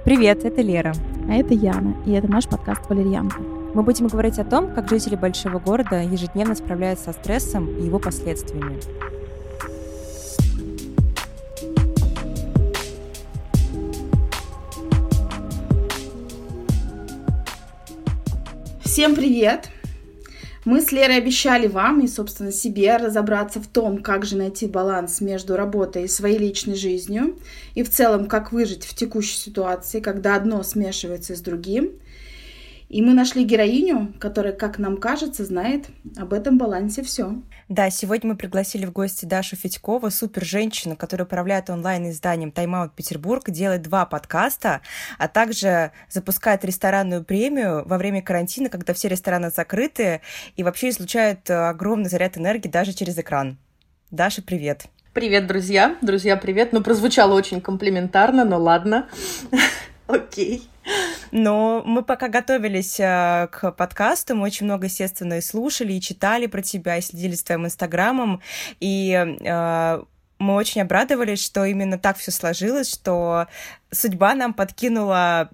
Привет, это Лера. А это Яна, и это наш подкаст «Валерьянка». Мы будем говорить о том, как жители большого города ежедневно справляются со стрессом и его последствиями. Всем привет! Мы с Лерой обещали вам и, собственно, себе разобраться в том, как же найти баланс между работой и своей личной жизнью, и в целом, как выжить в текущей ситуации, когда одно смешивается с другим. И мы нашли героиню, которая, как нам кажется, знает об этом балансе все. Да, сегодня мы пригласили в гости Дашу Федькову, супер-женщину, которая управляет онлайн-изданием «Тайм-аут Петербург», делает 2 подкаста, а также запускает ресторанную премию во время карантина, когда все рестораны закрыты, и вообще излучает огромный заряд энергии даже через экран. Даша, привет! Привет, друзья! Друзья, привет! Ну, прозвучало очень комплиментарно, но ладно. Окей. Но мы пока готовились к подкасту, мы очень много, естественно, и слушали, и читали про тебя, и следили за твоим инстаграмом, и мы очень обрадовались, что именно так все сложилось, что судьба нам подкинула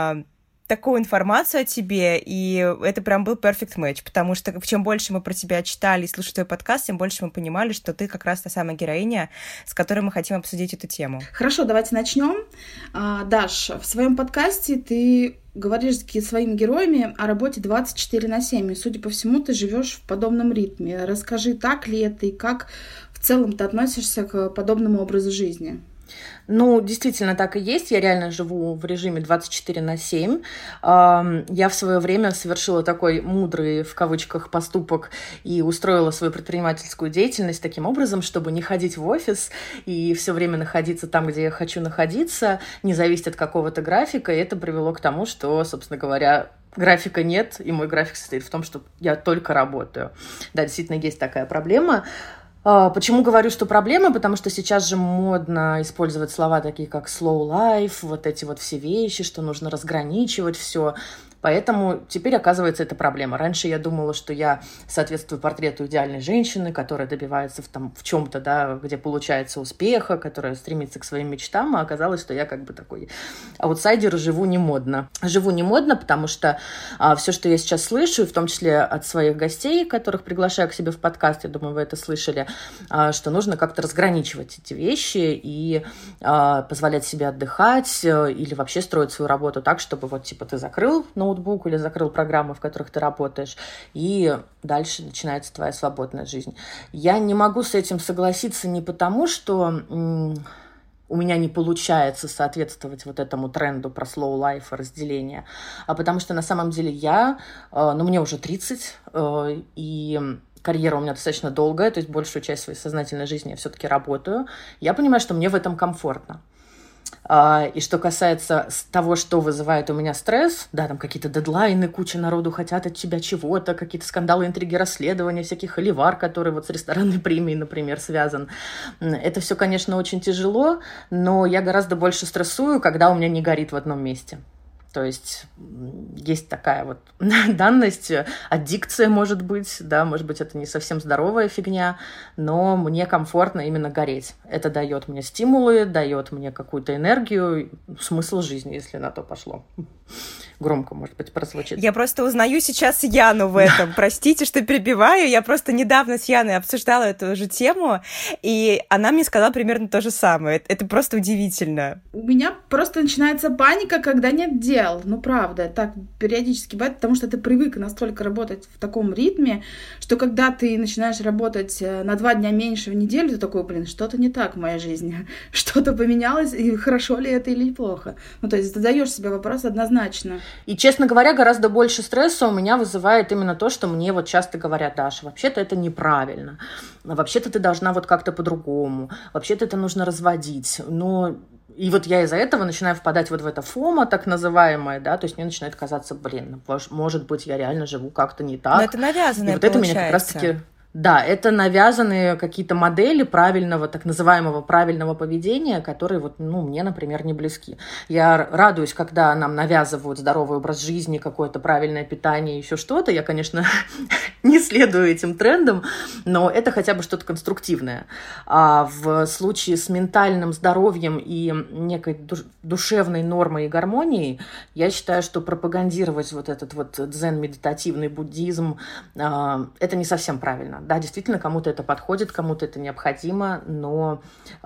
такую информацию о тебе, и это прям был perfect match, потому что чем больше мы про тебя читали и слушали твой подкаст, тем больше мы понимали, что ты как раз та самая героиня, с которой мы хотим обсудить эту тему. Хорошо, давайте начнем. Даш, в своем подкасте ты говоришь с своими героями о работе 24/7, и, судя по всему, ты живешь в подобном ритме. Расскажи, так ли это, и как в целом ты относишься к подобному образу жизни? Ну, действительно, так и есть. Я реально живу в режиме 24/7. Я в свое время совершила такой мудрый, в кавычках, поступок и устроила свою предпринимательскую деятельность таким образом, чтобы не ходить в офис и все время находиться там, где я хочу находиться, не зависеть от какого-то графика. И это привело к тому, что, собственно говоря, графика нет, и мой график состоит в том, что я только работаю. Да, действительно, есть такая проблема. Почему говорю, что проблема? Потому что сейчас же модно использовать слова такие, как slow life, вот эти вот все вещи, что нужно разграничивать все. Поэтому теперь, оказывается, это проблема. Раньше я думала, что я соответствую портрету идеальной женщины, которая добивается в чем-то, да, где получается успеха, которая стремится к своим мечтам, а оказалось, что я как бы такой аутсайдер и живу не модно. Живу не модно, потому что все, что я сейчас слышу, в том числе от своих гостей, которых приглашаю к себе в подкаст, я думаю, вы это слышали, что нужно как-то разграничивать эти вещи и позволять себе отдыхать или вообще строить свою работу так, чтобы вот типа ты закрыл ноутбук или закрыл программы, в которых ты работаешь, и дальше начинается твоя свободная жизнь. Я не могу с этим согласиться не потому, что у меня не получается соответствовать вот этому тренду про slow life и разделение, а потому что на самом деле мне уже 30, и карьера у меня достаточно долгая, то есть большую часть своей сознательной жизни я все-таки работаю. Я понимаю, что мне в этом комфортно. И что касается того, что вызывает у меня стресс, да, там какие-то дедлайны, куча народу хотят от тебя чего-то, какие-то скандалы, интриги, расследования, всякий холивар, который вот с ресторанной премией, например, связан. Это все, конечно, очень тяжело, но я гораздо больше стрессую, когда у меня не горит в одном месте. То есть есть такая вот данность, аддикция, может быть, да, может быть, это не совсем здоровая фигня, но мне комфортно именно гореть. Это дает мне стимулы, дает мне какую-то энергию, смысл жизни, если на то пошло. Громко, может быть, прозвучит. Я просто узнаю сейчас Яну в этом. Простите, что перебиваю. Я просто недавно с Яной обсуждала эту же тему, и она мне сказала примерно то же самое. Это просто удивительно. У меня просто начинается паника, когда нет дел. Ну, правда, так периодически бывает, потому что ты привык настолько работать в таком ритме, что когда ты начинаешь работать на 2 дня меньше в неделю, ты такой, что-то не так в моей жизни. Что-то поменялось, и хорошо ли это или плохо. Ну, то есть задаешь себе вопрос однозначно. И, честно говоря, гораздо больше стресса у меня вызывает именно то, что мне вот часто говорят: Даша, вообще-то это неправильно, вообще-то ты должна вот как-то по-другому, вообще-то это нужно разводить. Но и вот я из-за этого начинаю впадать вот в это фомо, так называемое, да, то есть мне начинает казаться, может быть, я реально живу как-то не так. Но это навязанное, и вот это получается. меня как раз-таки... Да, это навязанные какие-то модели правильного, так называемого правильного поведения, которые вот, мне, например, не близки. Я радуюсь, когда нам навязывают здоровый образ жизни, какое-то правильное питание, еще что-то. Я, конечно, не следую этим трендам, но это хотя бы что-то конструктивное. А в случае с ментальным здоровьем и некой душевной нормой и гармонией, я считаю, что пропагандировать вот этот вот дзен-медитативный буддизм, это не совсем правильно. Да, действительно, кому-то это подходит, кому-то это необходимо, но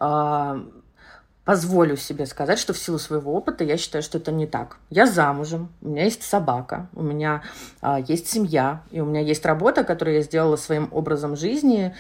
позволю себе сказать, что в силу своего опыта я считаю, что это не так. Я замужем, у меня есть собака, у меня есть семья, и у меня есть работа, которую я сделала своим образом жизни,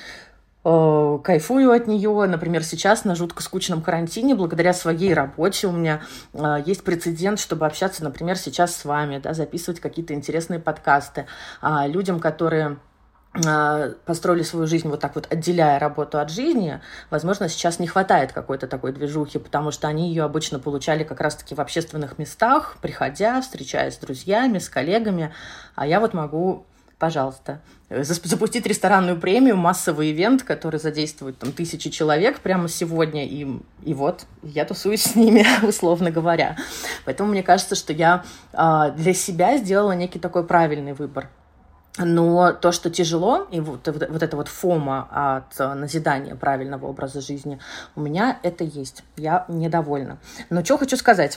кайфую от нее. Например, сейчас на жутко скучном карантине, благодаря своей работе, у меня есть прецедент, чтобы общаться, например, сейчас с вами, да, записывать какие-то интересные подкасты людям, которые построили свою жизнь вот так вот, отделяя работу от жизни. Возможно, сейчас не хватает какой-то такой движухи, потому что они ее обычно получали как раз-таки в общественных местах, приходя, встречаясь с друзьями, с коллегами. А я вот могу, пожалуйста, запустить ресторанную премию, массовый ивент, который задействует там 1000 человек прямо сегодня, и вот я тусуюсь с ними, условно говоря. Поэтому мне кажется, что я для себя сделала некий такой правильный выбор. Но то, что тяжело, и вот эта вот фома от назидания правильного образа жизни, у меня это есть. Я недовольна. Но что хочу сказать.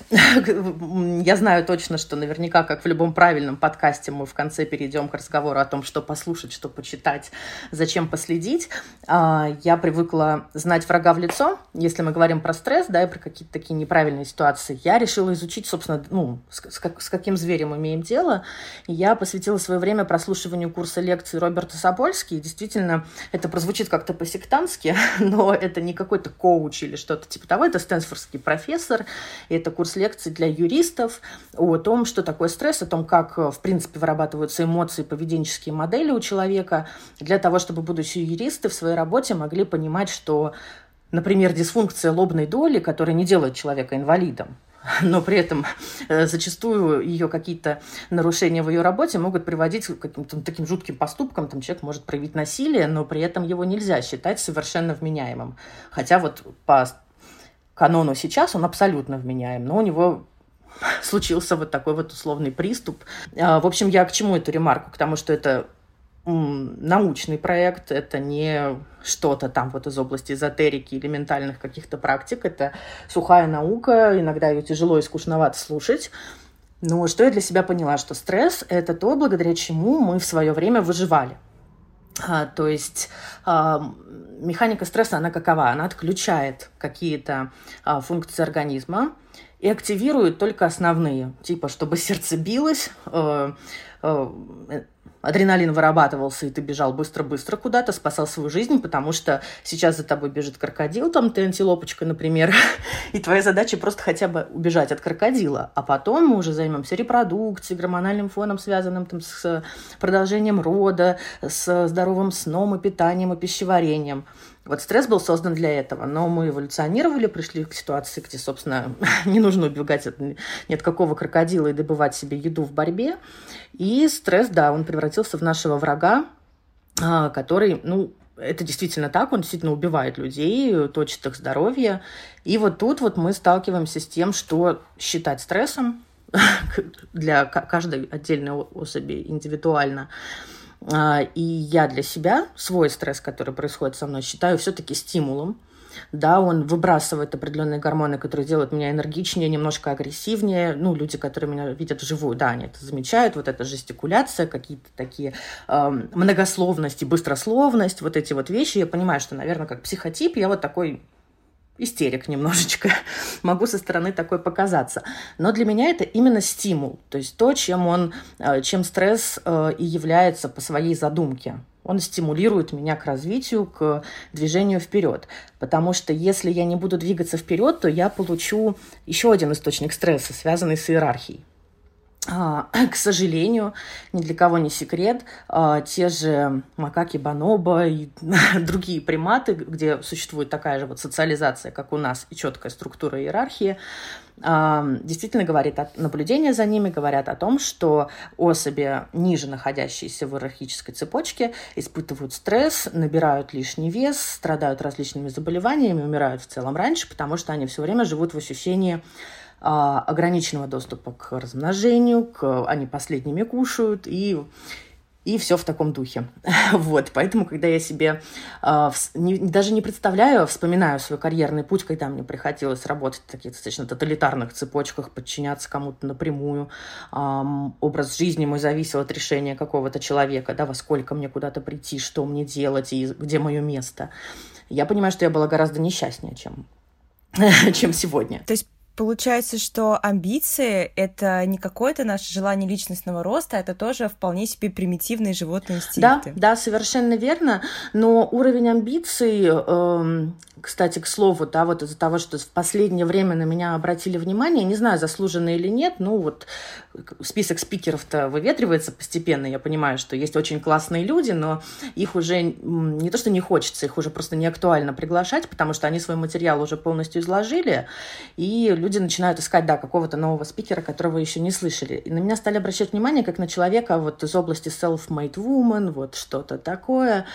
Я знаю точно, что наверняка, как в любом правильном подкасте, мы в конце перейдем к разговору о том, что послушать, что почитать, зачем последить. Я привыкла знать врага в лицо. Если мы говорим про стресс, да, и про какие-то такие неправильные ситуации, я решила изучить, собственно, с каким зверем имеем дело. Я посвятила свое время прослушиванию курса лекций Роберта Сапольски. Действительно, это прозвучит как-то по-сектантски, но это не какой-то коуч или что-то типа того. Это стэнфордский профессор, и это курс лекций для юристов о том, что такое стресс, о том, как, в принципе, вырабатываются эмоции, поведенческие модели у человека, для того, чтобы будущие юристы в своей работе могли понимать, что, например, дисфункция лобной доли, которая не делает человека инвалидом, но при этом зачастую ее какие-то нарушения в ее работе могут приводить к каким-то таким жутким поступкам. Там человек может проявить насилие, но при этом его нельзя считать совершенно вменяемым. Хотя вот по канону сейчас он абсолютно вменяем, но у него случился вот такой вот условный приступ. В общем, я к чему эту ремарку? К тому, что это научный проект, это не что-то там вот из области эзотерики или ментальных каких-то практик, это сухая наука, иногда ее тяжело и скучновато слушать. Но что я для себя поняла, что стресс – это то, благодаря чему мы в свое время выживали. То есть механика стресса, она какова? Она отключает какие-то функции организма и активирует только основные, типа чтобы сердце билось, адреналин вырабатывался, и ты бежал быстро-быстро куда-то, спасал свою жизнь, потому что сейчас за тобой бежит крокодил, там ты антилопочка, например, и твоя задача просто хотя бы убежать от крокодила, а потом мы уже займемся репродукцией, гормональным фоном, связанным там с продолжением рода, с здоровым сном и питанием и пищеварением. Вот стресс был создан для этого, но мы эволюционировали, пришли к ситуации, где, собственно, не нужно убегать ни от какого крокодила и добывать себе еду в борьбе. И стресс, да, он превратился в нашего врага, который, это действительно так, он действительно убивает людей, точит их здоровье. И вот тут вот мы сталкиваемся с тем, что считать стрессом для каждой отдельной особи индивидуально. И я для себя свой стресс, который происходит со мной, считаю все-таки стимулом. Да, он выбрасывает определенные гормоны, которые делают меня энергичнее, немножко агрессивнее. Люди, которые меня видят вживую, да, они это замечают. Вот эта жестикуляция, какие-то такие многословность и быстрословность, вот эти вот вещи. Я понимаю, что, наверное, как психотип я вот такой истерик немножечко, могу со стороны такой показаться. Но для меня это именно стимул, то есть то, чем стресс и является по своей задумке. Он стимулирует меня к развитию, к движению вперед. Потому что если я не буду двигаться вперед, то я получу еще один источник стресса, связанный с иерархией. К сожалению, ни для кого не секрет, те же макаки бонобо и другие приматы, где существует такая же вот социализация, как у нас, и четкая структура иерархии, действительно наблюдения за ними говорят о том, что особи, ниже находящиеся в иерархической цепочке, испытывают стресс, набирают лишний вес, страдают различными заболеваниями, умирают в целом раньше, потому что они все время живут в ощущении ограниченного доступа к размножению, они последними кушают, и все в таком духе. Вот, поэтому, когда я себе даже не представляю, а вспоминаю свой карьерный путь, когда мне приходилось работать в таких достаточно тоталитарных цепочках, подчиняться кому-то напрямую, образ жизни мой зависел от решения какого-то человека, да, во сколько мне куда-то прийти, что мне делать и где мое место. Я понимаю, что я была гораздо несчастнее, чем сегодня. То есть получается, что амбиции — это не какое-то наше желание личностного роста, это тоже вполне себе примитивные животные инстинкты. Да, совершенно верно. Но уровень амбиций, кстати, к слову, да, вот из-за того, что в последнее время на меня обратили внимание, не знаю, заслуженно или нет, ну вот список спикеров-то выветривается постепенно. Я понимаю, что есть очень классные люди, но их уже не то, что не хочется, их уже просто не актуально приглашать, потому что они свой материал уже полностью изложили, и люди начинают искать, да, какого-то нового спикера, которого еще не слышали. И на меня стали обращать внимание как на человека вот из области self-made woman, вот что-то такое.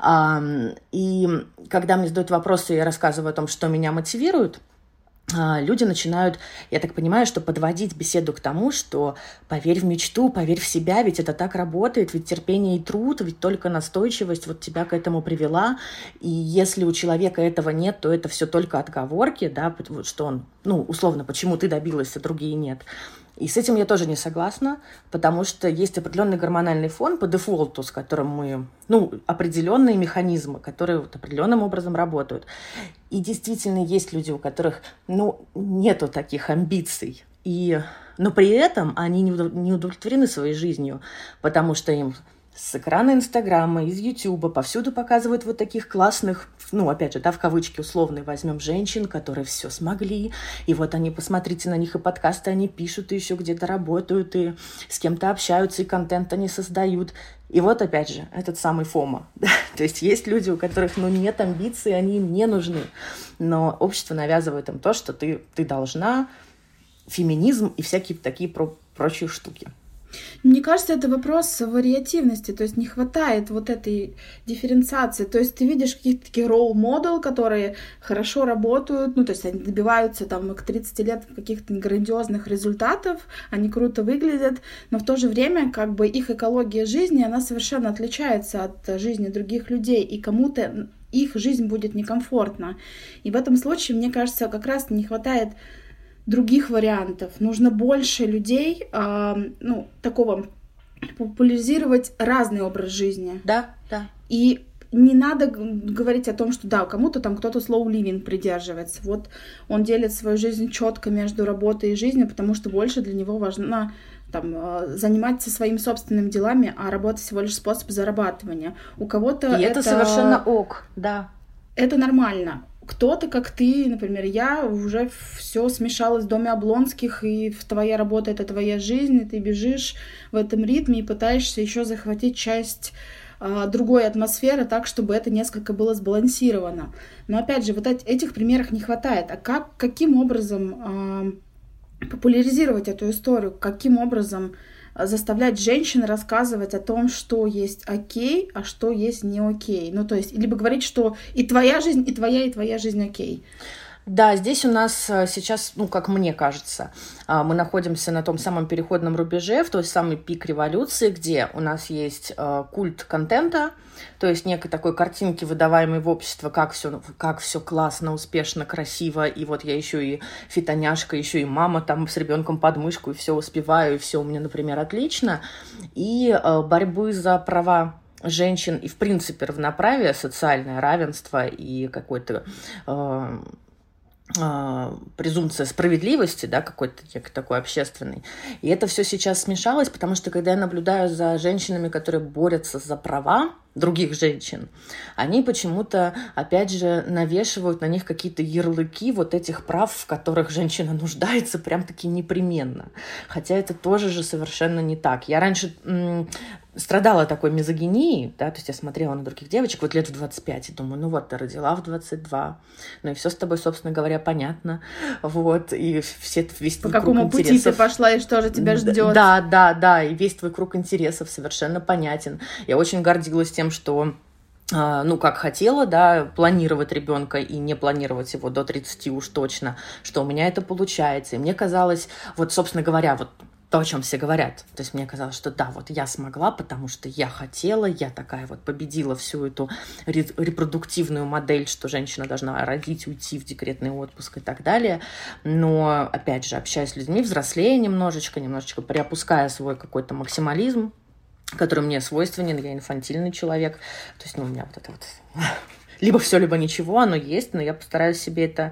И когда мне задают вопросы, я рассказываю о том, что меня мотивирует, люди начинают, я так понимаю, что подводить беседу к тому, что поверь в мечту, поверь в себя, ведь это так работает, ведь терпение и труд, ведь только настойчивость вот тебя к этому привела, и если у человека этого нет, то это все только отговорки, да, что он, ну, условно, почему ты добилась, а другие нет. И с этим я тоже не согласна, потому что есть определенный гормональный фон по дефолту, с которым мы, ну, определенные механизмы, которые вот определенным образом работают. И действительно есть люди, у которых, ну, нету таких амбиций. Но при этом они не удовлетворены своей жизнью, потому что им с экрана Инстаграма, из Ютуба повсюду показывают вот таких классных, ну, опять же, да, в кавычки условные возьмем женщин, которые все смогли, и вот они, посмотрите на них, и подкасты они пишут, и еще где-то работают, и с кем-то общаются, и контент они создают. И вот, опять же, этот самый ФОМО. То есть есть люди, у которых, ну, нет амбиций, они им не нужны, но общество навязывает им то, что ты должна, феминизм и всякие такие прочие штуки. Мне кажется, это вопрос вариативности, то есть не хватает вот этой дифференциации. То есть ты видишь каких-то таких ролл-модел, которые хорошо работают, ну, то есть они добиваются там к 30 лет каких-то грандиозных результатов, они круто выглядят, но в то же время как бы их экология жизни, она совершенно отличается от жизни других людей, и кому-то их жизнь будет некомфортна. И в этом случае, мне кажется, как раз не хватает других вариантов. Нужно больше людей, такого популяризировать разный образ жизни. Да. И не надо говорить о том, что да, кому-то там кто-то slow living придерживается. Вот он делит свою жизнь четко между работой и жизнью, потому что больше для него важно заниматься своими собственными делами, а работа всего лишь способ зарабатывания. У кого-то и это совершенно ок, да. Это нормально. Кто-то, как ты, например, я, уже все смешалось в доме Облонских, и твоя работа — это твоя жизнь, и ты бежишь в этом ритме и пытаешься еще захватить часть другой атмосферы так, чтобы это несколько было сбалансировано. Но опять же, вот этих примеров не хватает. А каким образом популяризировать эту историю? Каким образом заставлять женщин рассказывать о том, что есть окей, а что есть не окей. Ну, то есть, либо говорить, что и твоя жизнь, и твоя жизнь окей. Да, здесь у нас сейчас, ну, как мне кажется, мы находимся на том самом переходном рубеже, в той самой пик революции, где у нас есть культ контента, то есть некой такой картинки, выдаваемой в общество, как все классно, успешно, красиво, и вот я еще и фитоняшка, еще и мама там с ребенком под мышку, и все успеваю, и все у меня, например, отлично, и борьбы за права женщин и, в принципе, равноправие, социальное равенство и какой-то презумпция справедливости, да, какой-то такой общественный. И это все сейчас смешалось, потому что когда я наблюдаю за женщинами, которые борются за права других женщин, они почему-то, опять же, навешивают на них какие-то ярлыки вот этих прав, в которых женщина нуждается прям-таки непременно. Хотя это тоже же совершенно не так. Я раньше страдала такой мизогинией, да, то есть я смотрела на других девочек вот лет в 25 и думаю, ну вот, ты родила в 22, ну и все с тобой, собственно говоря, понятно, вот, и весь твой круг интересов. По какому пути ты пошла и что же тебя ждет? Да, и весь твой круг интересов совершенно понятен. Я очень гордилась тем, что как хотела, да, планировать ребенка и не планировать его до 30 уж точно, что у меня это получается. И мне казалось, вот, собственно говоря, вот то, о чем все говорят. То есть мне казалось, что да, вот я смогла, потому что я хотела, я такая вот победила всю эту репродуктивную модель, что женщина должна родить, уйти в декретный отпуск и так далее. Но, опять же, общаясь с людьми, взрослея немножечко приопуская свой какой-то максимализм, который мне свойственен, я инфантильный человек. То есть, у меня вот это вот либо все, либо ничего, оно есть, но я постараюсь себе это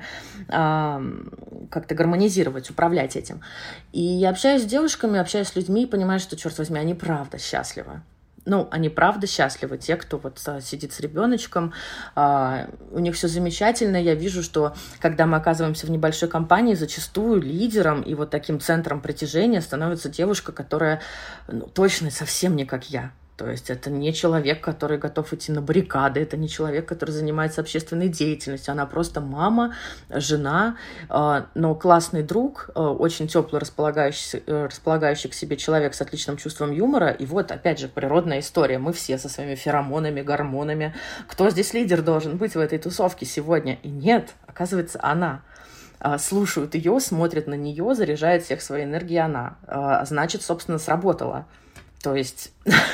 как-то гармонизировать, управлять этим. И я общаюсь с девушками, общаюсь с людьми и понимаю, что, черт возьми, они правда счастливы. Они правда счастливы, те, кто вот сидит с ребеночком, у них все замечательно. Я вижу, что когда мы оказываемся в небольшой компании, зачастую лидером и вот таким центром притяжения становится девушка, которая точно совсем не как я. То есть это не человек, который готов идти на баррикады, это не человек, который занимается общественной деятельностью, она просто мама, жена, но классный друг, очень теплый, располагающий к себе человек с отличным чувством юмора. И вот, опять же, природная история. Мы все со своими феромонами, гормонами. Кто здесь лидер должен быть в этой тусовке сегодня? И нет, оказывается, она. Слушают ее, смотрят на нее, заряжает всех своей энергией она. Значит, собственно, сработало. То есть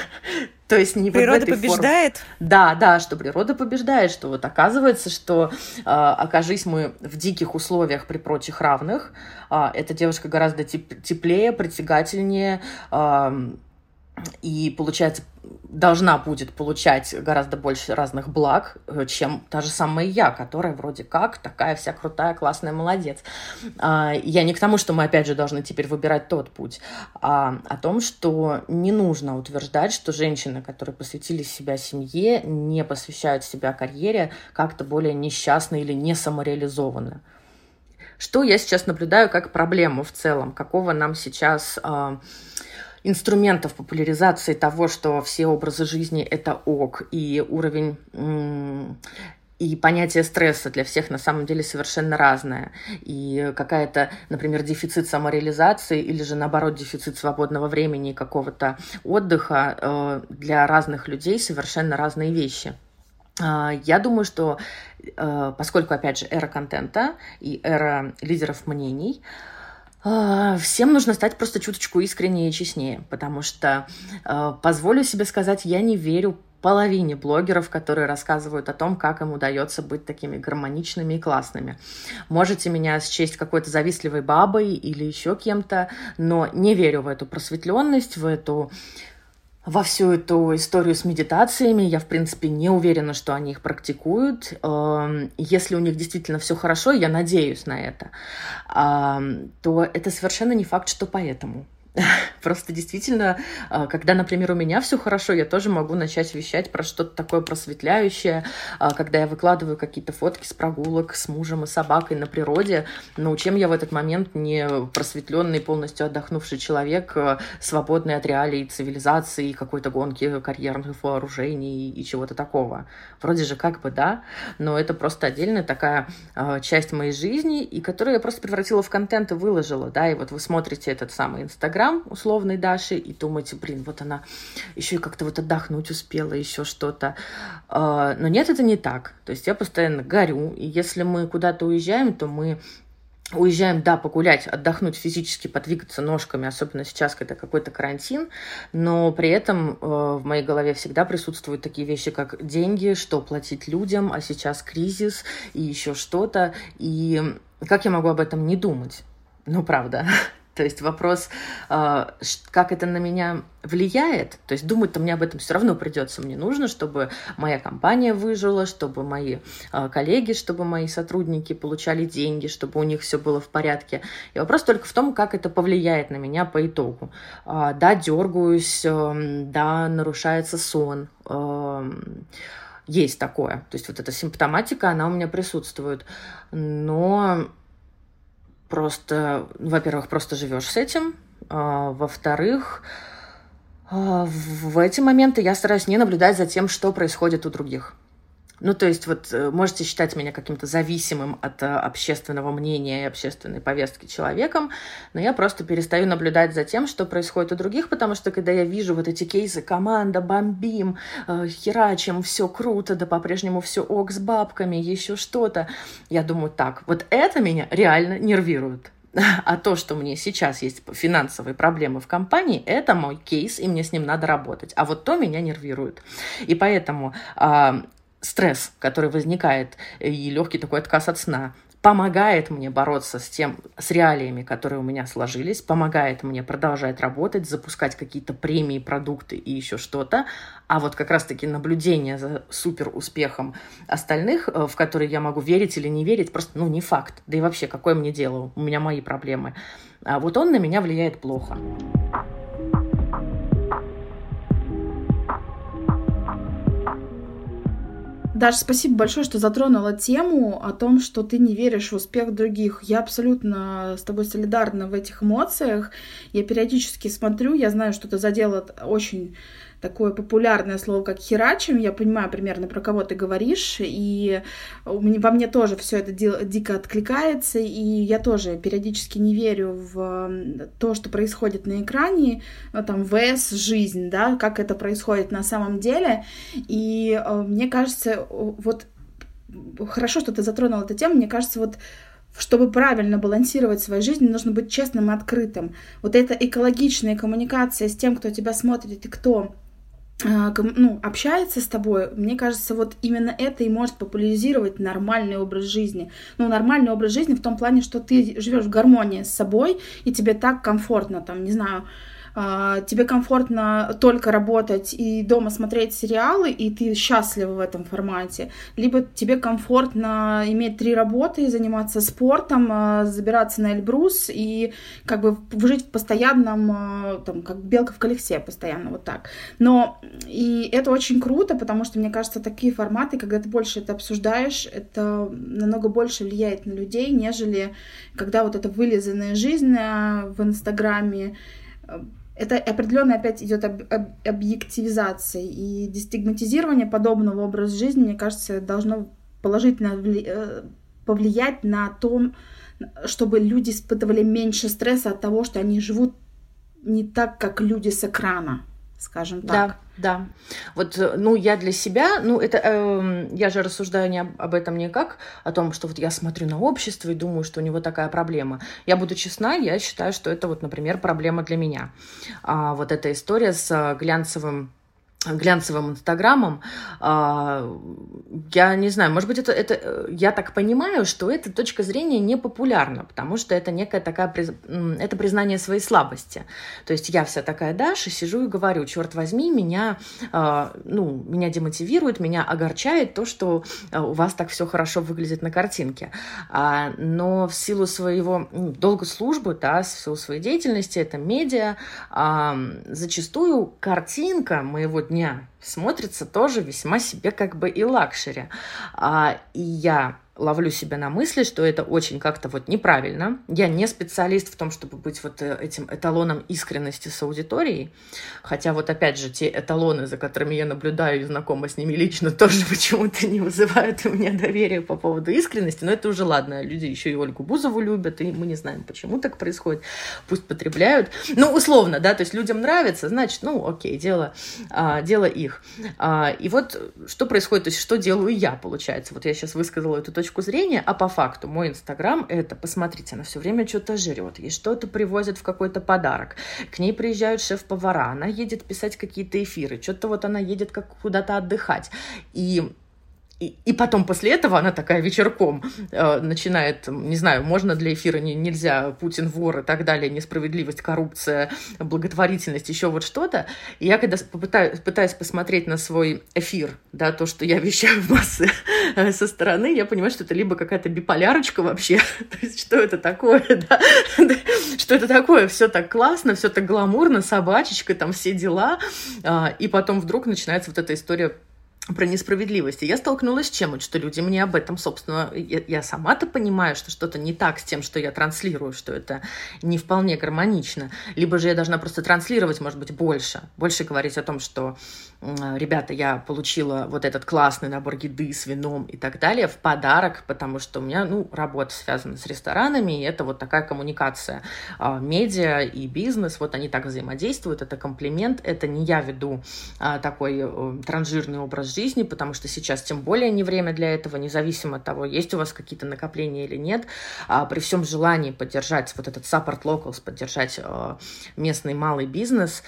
не природа вот в этой побеждает? Форме. Да, что природа побеждает, что вот оказывается, что окажись мы в диких условиях при прочих равных, эта девушка гораздо теплее, притягательнее, и, получается, должна будет получать гораздо больше разных благ, чем та же самая я, которая вроде как такая вся крутая, классная, молодец. Я не к тому, что мы, опять же, должны теперь выбирать тот путь, а о том, что не нужно утверждать, что женщины, которые посвятили себя семье, не посвящают себя карьере, как-то более несчастны или не самореализованы. Что я сейчас наблюдаю как проблему в целом? Какого нам сейчас инструментов популяризации того, что все образы жизни — это ок, и уровень и понятие стресса для всех на самом деле совершенно разное. И какая-то, например, дефицит самореализации или же, наоборот, дефицит свободного времени и какого-то отдыха для разных людей совершенно разные вещи. Я думаю, что поскольку, опять же, эра контента и эра лидеров мнений, всем нужно стать просто чуточку искреннее и честнее, потому что, позволю себе сказать, я не верю половине блогеров, которые рассказывают о том, как им удается быть такими гармоничными и классными. Можете меня счесть какой-то завистливой бабой или еще кем-то, но не верю в эту просветленность, во всю эту историю с медитациями. Я, в принципе, не уверена, что они их практикуют. Если у них действительно все хорошо, я надеюсь на это, то это совершенно не факт, что поэтому. Просто действительно, когда, например, у меня все хорошо, я тоже могу начать вещать про что-то такое просветляющее, когда я выкладываю какие-то фотки с прогулок с мужем и собакой на природе. Но чем я в этот момент не просветленный, полностью отдохнувший человек, свободный от реалий цивилизации и какой-то гонки карьерных вооружений и чего-то такого? Вроде же как бы да, но это просто отдельная такая часть моей жизни, и которую я просто превратила в контент и выложила, да, и вот вы смотрите этот самый Инстаграм условной Даши и думаете, вот она еще и как-то вот отдохнуть успела, еще что-то. Но нет, это не так. То есть я постоянно горю, и если мы куда-то уезжаем, то мы уезжаем, да, погулять, отдохнуть физически, подвигаться ножками, особенно сейчас, когда какой-то карантин, но при этом в моей голове всегда присутствуют такие вещи, как деньги, что платить людям, а сейчас кризис и еще что-то. И как я могу об этом не думать? Ну, правда. То есть вопрос, как это на меня влияет, то есть думать-то мне об этом все равно придется. Мне нужно, чтобы моя компания выжила, чтобы мои коллеги, чтобы мои сотрудники получали деньги, чтобы у них все было в порядке. И вопрос только в том, как это повлияет на меня по итогу. Да, дергаюсь, да, нарушается сон. Есть такое. То есть вот эта симптоматика, она у меня присутствует. Но просто, во-первых, просто живешь с этим. Во-вторых, в эти моменты я стараюсь не наблюдать за тем, что происходит у других. Ну, то есть вот можете считать меня каким-то зависимым от общественного мнения и общественной повестки человеком, но я просто перестаю наблюдать за тем, что происходит у других, потому что когда я вижу вот эти кейсы «команда, бомбим, херачим, все круто, да по-прежнему все ок с бабками, еще что-то», я думаю, так, вот это меня реально нервирует. А то, что мне сейчас есть финансовые проблемы в компании, это мой кейс, и мне с ним надо работать. А вот то меня нервирует. И поэтому стресс, который возникает, и легкий такой отказ от сна, помогает мне бороться с реалиями, которые у меня сложились, помогает мне продолжать работать, запускать какие-то премии, продукты и еще что-то. А вот как раз-таки наблюдение за суперуспехом остальных, в которые я могу верить или не верить, просто, не факт. Да и вообще, какое мне дело? У меня мои проблемы. А вот он на меня влияет плохо. Даша, спасибо большое, что затронула тему о том, что ты не веришь в успех других. Я абсолютно с тобой солидарна в этих эмоциях. Я периодически смотрю, я знаю, что ты задела очень такое популярное слово, как «херачим». Я понимаю примерно, про кого ты говоришь, и во мне тоже все это дико откликается, и я тоже периодически не верю в то, что происходит на экране, там, ВС, жизнь, да, как это происходит на самом деле. И мне кажется, вот хорошо, что ты затронула эту тему, мне кажется, вот чтобы правильно балансировать свою жизнь, нужно быть честным и открытым. Вот эта экологичная коммуникация с тем, кто тебя смотрит и кто общается с тобой, мне кажется, вот именно это и может популяризировать нормальный образ жизни. Нормальный образ жизни в том плане, что ты живешь в гармонии с собой, и тебе так комфортно, там, не знаю, тебе комфортно только работать и дома смотреть сериалы, и ты счастлива в этом формате, либо тебе комфортно иметь 3 работы, заниматься спортом, забираться на Эльбрус и как бы жить в постоянном, там, как белка в колесе, постоянно вот так. Но и это очень круто, потому что, мне кажется, такие форматы, когда ты больше это обсуждаешь, это намного больше влияет на людей, нежели когда вот эта вылизанная жизнь в Инстаграме. Это определенно опять идет объективизация и дестигматизирование подобного образа жизни, мне кажется, должно положительно повлиять на то, чтобы люди испытывали меньше стресса от того, что они живут не так, как люди с экрана, скажем так. Да. Вот, я для себя, я же рассуждаю не об этом не как о том, что вот я смотрю на общество и думаю, что у него такая проблема. Я буду честна, я считаю, что это вот, например, проблема для меня. Вот эта история с глянцевым Инстаграмом, я не знаю, может быть, это я так понимаю, что эта точка зрения не популярна, потому что это некая такая, это признание своей слабости. То есть я вся такая Даша, сижу и говорю, черт возьми, меня демотивирует, меня огорчает то, что у вас так все хорошо выглядит на картинке. Но в силу своего долгой службы, в силу своей деятельности, это медиа, зачастую картинка моего дня смотрится тоже весьма себе как бы и лакшери. И я ловлю себя на мысли, что это очень как-то вот неправильно. Я не специалист в том, чтобы быть вот этим эталоном искренности с аудиторией. Хотя вот опять же те эталоны, за которыми я наблюдаю и знакома с ними лично, тоже почему-то не вызывают у меня доверия по поводу искренности. Но это уже ладно. Люди еще и Ольгу Бузову любят, и мы не знаем, почему так происходит. Пусть потребляют. Условно, да, то есть людям нравится, значит, окей, дело их. И вот что происходит, то есть что делаю я, получается. Вот я сейчас высказала эту точку зрения, а по факту мой Инстаграм — это, посмотрите, она все время что-то жрет, ей что-то привозят в какой-то подарок, к ней приезжают шеф-повара, она едет писать какие-то эфиры, что-то вот она едет как куда-то отдыхать. И И потом после этого она такая вечерком начинает, не знаю, можно для эфира, нельзя, Путин вор и так далее, несправедливость, коррупция, благотворительность, еще вот что-то. И я когда пытаюсь посмотреть на свой эфир, да, то, что я вещаю в массы со стороны, я понимаю, что это либо какая-то биполярочка вообще, то есть что это такое, да? Что это такое, все так классно, все так гламурно, собачечка, там все дела, и потом вдруг начинается вот эта история про несправедливость. И я столкнулась с чем? Что люди мне об этом, собственно, я сама-то понимаю, что что-то не так с тем, что я транслирую, что это не вполне гармонично. Либо же я должна просто транслировать, может быть, больше говорить о том, что, ребята, я получила вот этот классный набор еды с вином и так далее в подарок, потому что у меня, работа связана с ресторанами, и это вот такая коммуникация. Медиа и бизнес, вот они так взаимодействуют, это комплимент, это не я веду такой транжирный образ жизни, потому что сейчас тем более не время для этого, независимо от того, есть у вас какие-то накопления или нет, при всем желании поддержать вот этот support locals, поддержать местный малый бизнес,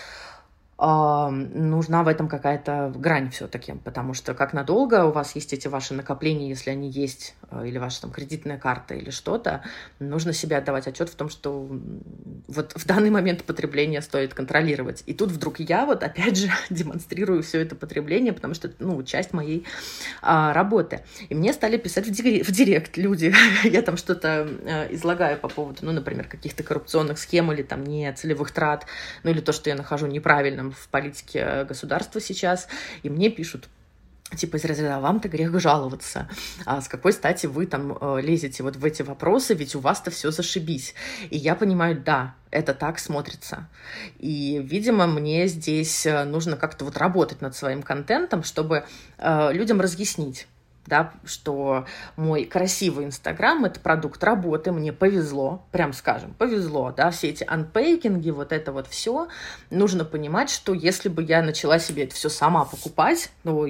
нужна в этом какая-то грань все-таки, потому что как надолго у вас есть эти ваши накопления, если они есть, или ваша там кредитная карта или что-то, нужно себе отдавать отчет в том, что вот в данный момент потребление стоит контролировать. И тут вдруг я вот опять же демонстрирую все это потребление, потому что это, часть моей работы. И мне стали писать в директ люди, я там что-то излагаю по поводу, например, каких-то коррупционных схем или там нецелевых трат, или то, что я нахожу неправильным в политике государства сейчас, и мне пишут, типа из разряда, вам-то грех жаловаться. А с какой стати вы там лезете вот в эти вопросы, ведь у вас-то все зашибись. И я понимаю, да, это так смотрится. И, видимо, мне здесь нужно как-то вот работать над своим контентом, чтобы людям разъяснить, да, что мой красивый Инстаграм — это продукт работы, мне повезло, прям скажем, повезло, да, все эти анпейкинги, вот это вот все, нужно понимать, что если бы я начала себе это все сама покупать,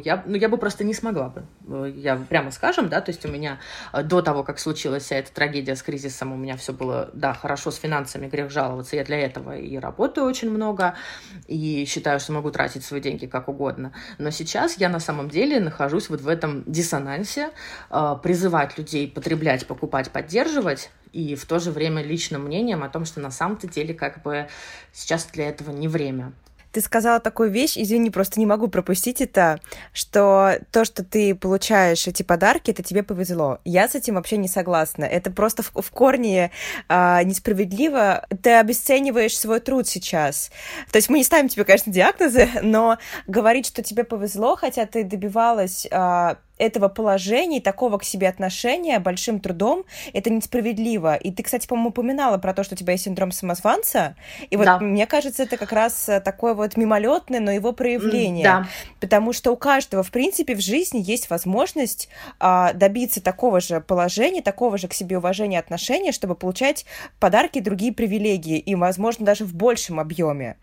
я бы просто не смогла бы, я прямо скажем, да, то есть у меня до того, как случилась вся эта трагедия с кризисом, у меня все было, да, хорошо с финансами, грех жаловаться, я для этого и работаю очень много, и считаю, что могу тратить свои деньги как угодно, но сейчас я на самом деле нахожусь вот в этом диссонансе, призывать людей потреблять, покупать, поддерживать, и в то же время личным мнением о том, что на самом-то деле как бы сейчас для этого не время. Ты сказала такую вещь, извини, просто не могу пропустить это, что то, что ты получаешь эти подарки, это тебе повезло. Я с этим вообще не согласна. Это просто в корне несправедливо. Ты обесцениваешь свой труд сейчас. То есть мы не ставим тебе, конечно, диагнозы, но говорить, что тебе повезло, хотя ты добивалась этого положения, такого к себе отношения большим трудом, это несправедливо. И ты, кстати, по-моему, упоминала про то, что у тебя есть синдром самозванца, и вот мне кажется, это как раз такое вот мимолетное, но его проявление. Да. Потому что у каждого, в принципе, в жизни есть возможность добиться такого же положения, такого же к себе уважения, отношения, чтобы получать подарки и другие привилегии, и, возможно, даже в большем объеме.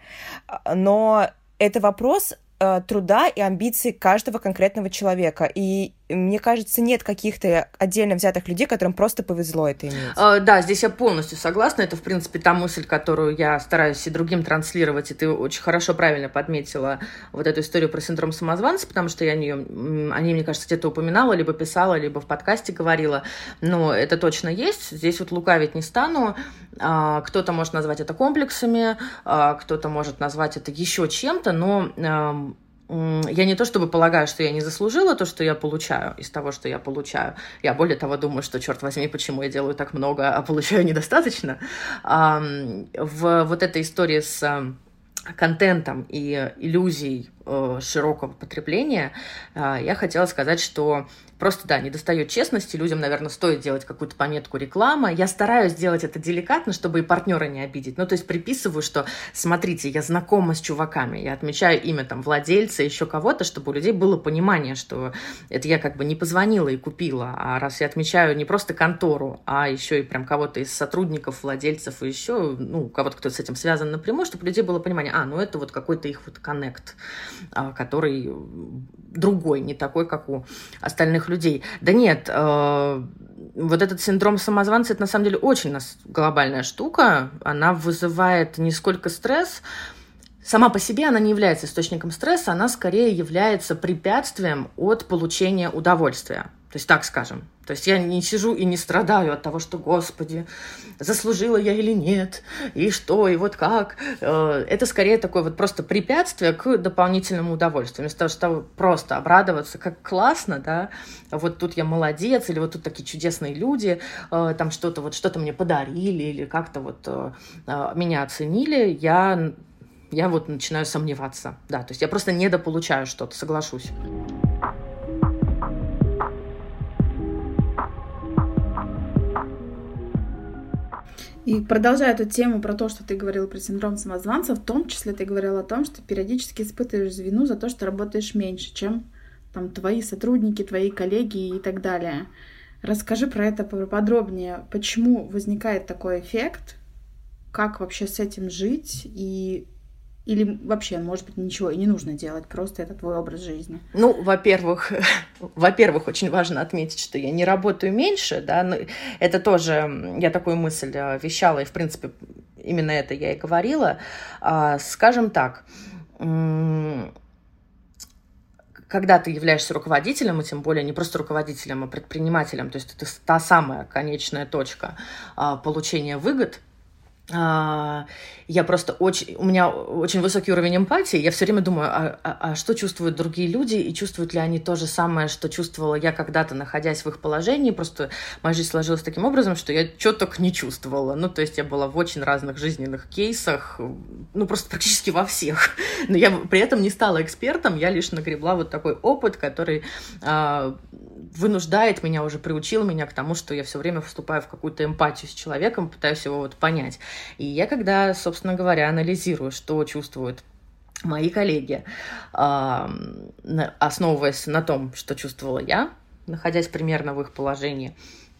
Но это вопрос труда и амбиций каждого конкретного человека. И мне кажется, нет каких-то отдельно взятых людей, которым просто повезло это иметь. Да, здесь я полностью согласна. Это, в принципе, та мысль, которую я стараюсь и другим транслировать. И ты очень хорошо, правильно подметила вот эту историю про синдром самозванца, потому что я о ней, мне кажется, где-то упоминала, либо писала, либо в подкасте говорила. Но это точно есть. Здесь вот лукавить не стану. Кто-то может назвать это комплексами, кто-то может назвать это еще чем-то, но я не то чтобы полагаю, что я не заслужила то, что я получаю из того, что я получаю. Я более того думаю, что, черт возьми, почему я делаю так много, а получаю недостаточно. В вот этой истории с контентом и иллюзией широкого потребления я хотела сказать, что просто, да, недостает честности, людям, наверное, стоит делать какую-то пометку реклама. Я стараюсь делать это деликатно, чтобы и партнера не обидеть. То есть приписываю, что, смотрите, я знакома с чуваками, я отмечаю имя там владельца, еще кого-то, чтобы у людей было понимание, что это я как бы не позвонила и купила, а раз я отмечаю не просто контору, а еще и прям кого-то из сотрудников, владельцев и еще, кого-то, кто с этим связан напрямую, чтобы у людей было понимание, это вот какой-то их вот коннект, который другой, не такой, как у остальных людей. Да нет, вот этот синдром самозванца, это на самом деле очень глобальная штука. Она вызывает не сколько стресс, сама по себе она не является источником стресса, она скорее является препятствием от получения удовольствия. То есть, так скажем. То есть я не сижу и не страдаю от того, что, Господи, заслужила я или нет, и что, и вот как. Это скорее такое вот просто препятствие к дополнительному удовольствию. Вместо того, чтобы просто обрадоваться, как классно, да, вот тут я молодец, или вот тут такие чудесные люди, там что-то мне подарили, или как-то вот меня оценили, я вот начинаю сомневаться. Да, то есть я просто недополучаю что-то, соглашусь. И продолжая эту тему про то, что ты говорила про синдром самозванца, в том числе ты говорила о том, что периодически испытываешь вину за то, что работаешь меньше, чем там твои сотрудники, твои коллеги и так далее. Расскажи про это поподробнее. Почему возникает такой эффект? Как вообще с этим жить? Или вообще, может быть, ничего и не нужно делать, просто это твой образ жизни? Ну, во-первых, очень важно отметить, что я не работаю меньше, да, но это тоже, я такую мысль вещала, и, в принципе, именно это я и говорила. Скажем так, когда ты являешься руководителем, и тем более не просто руководителем, а предпринимателем, то есть это та самая конечная точка получения выгод, я просто у меня очень высокий уровень эмпатии, я все время думаю, а что чувствуют другие люди, и чувствуют ли они то же самое, что чувствовала я когда-то, находясь в их положении. Просто моя жизнь сложилась таким образом, что я чего только не чувствовала. Ну, то есть я была в очень разных жизненных кейсах, ну, просто практически во всех. Но я при этом не стала экспертом, я лишь нагребла вот такой опыт, который вынуждает меня, уже приучил меня к тому, что я все время вступаю в какую-то эмпатию с человеком, пытаюсь его вот понять. И я когда, собственно говоря, анализирую, что чувствуют мои коллеги, основываясь на том, что чувствовала я, находясь примерно в их положении,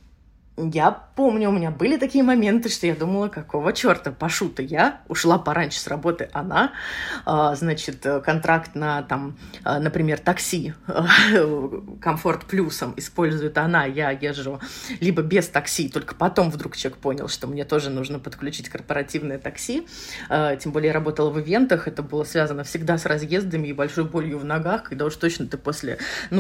я помню, у меня были такие моменты, что я думала, какого черта, пошу-то я, ушла пораньше с работы она, значит, контракт на, там, например, такси Комфорт Плюсом использует она, я езжу либо без такси, только потом вдруг человек понял, что мне тоже нужно подключить корпоративное такси, тем более я работала в ивентах, это было связано всегда с разъездами и большой болью в ногах, когда уж точно ты после,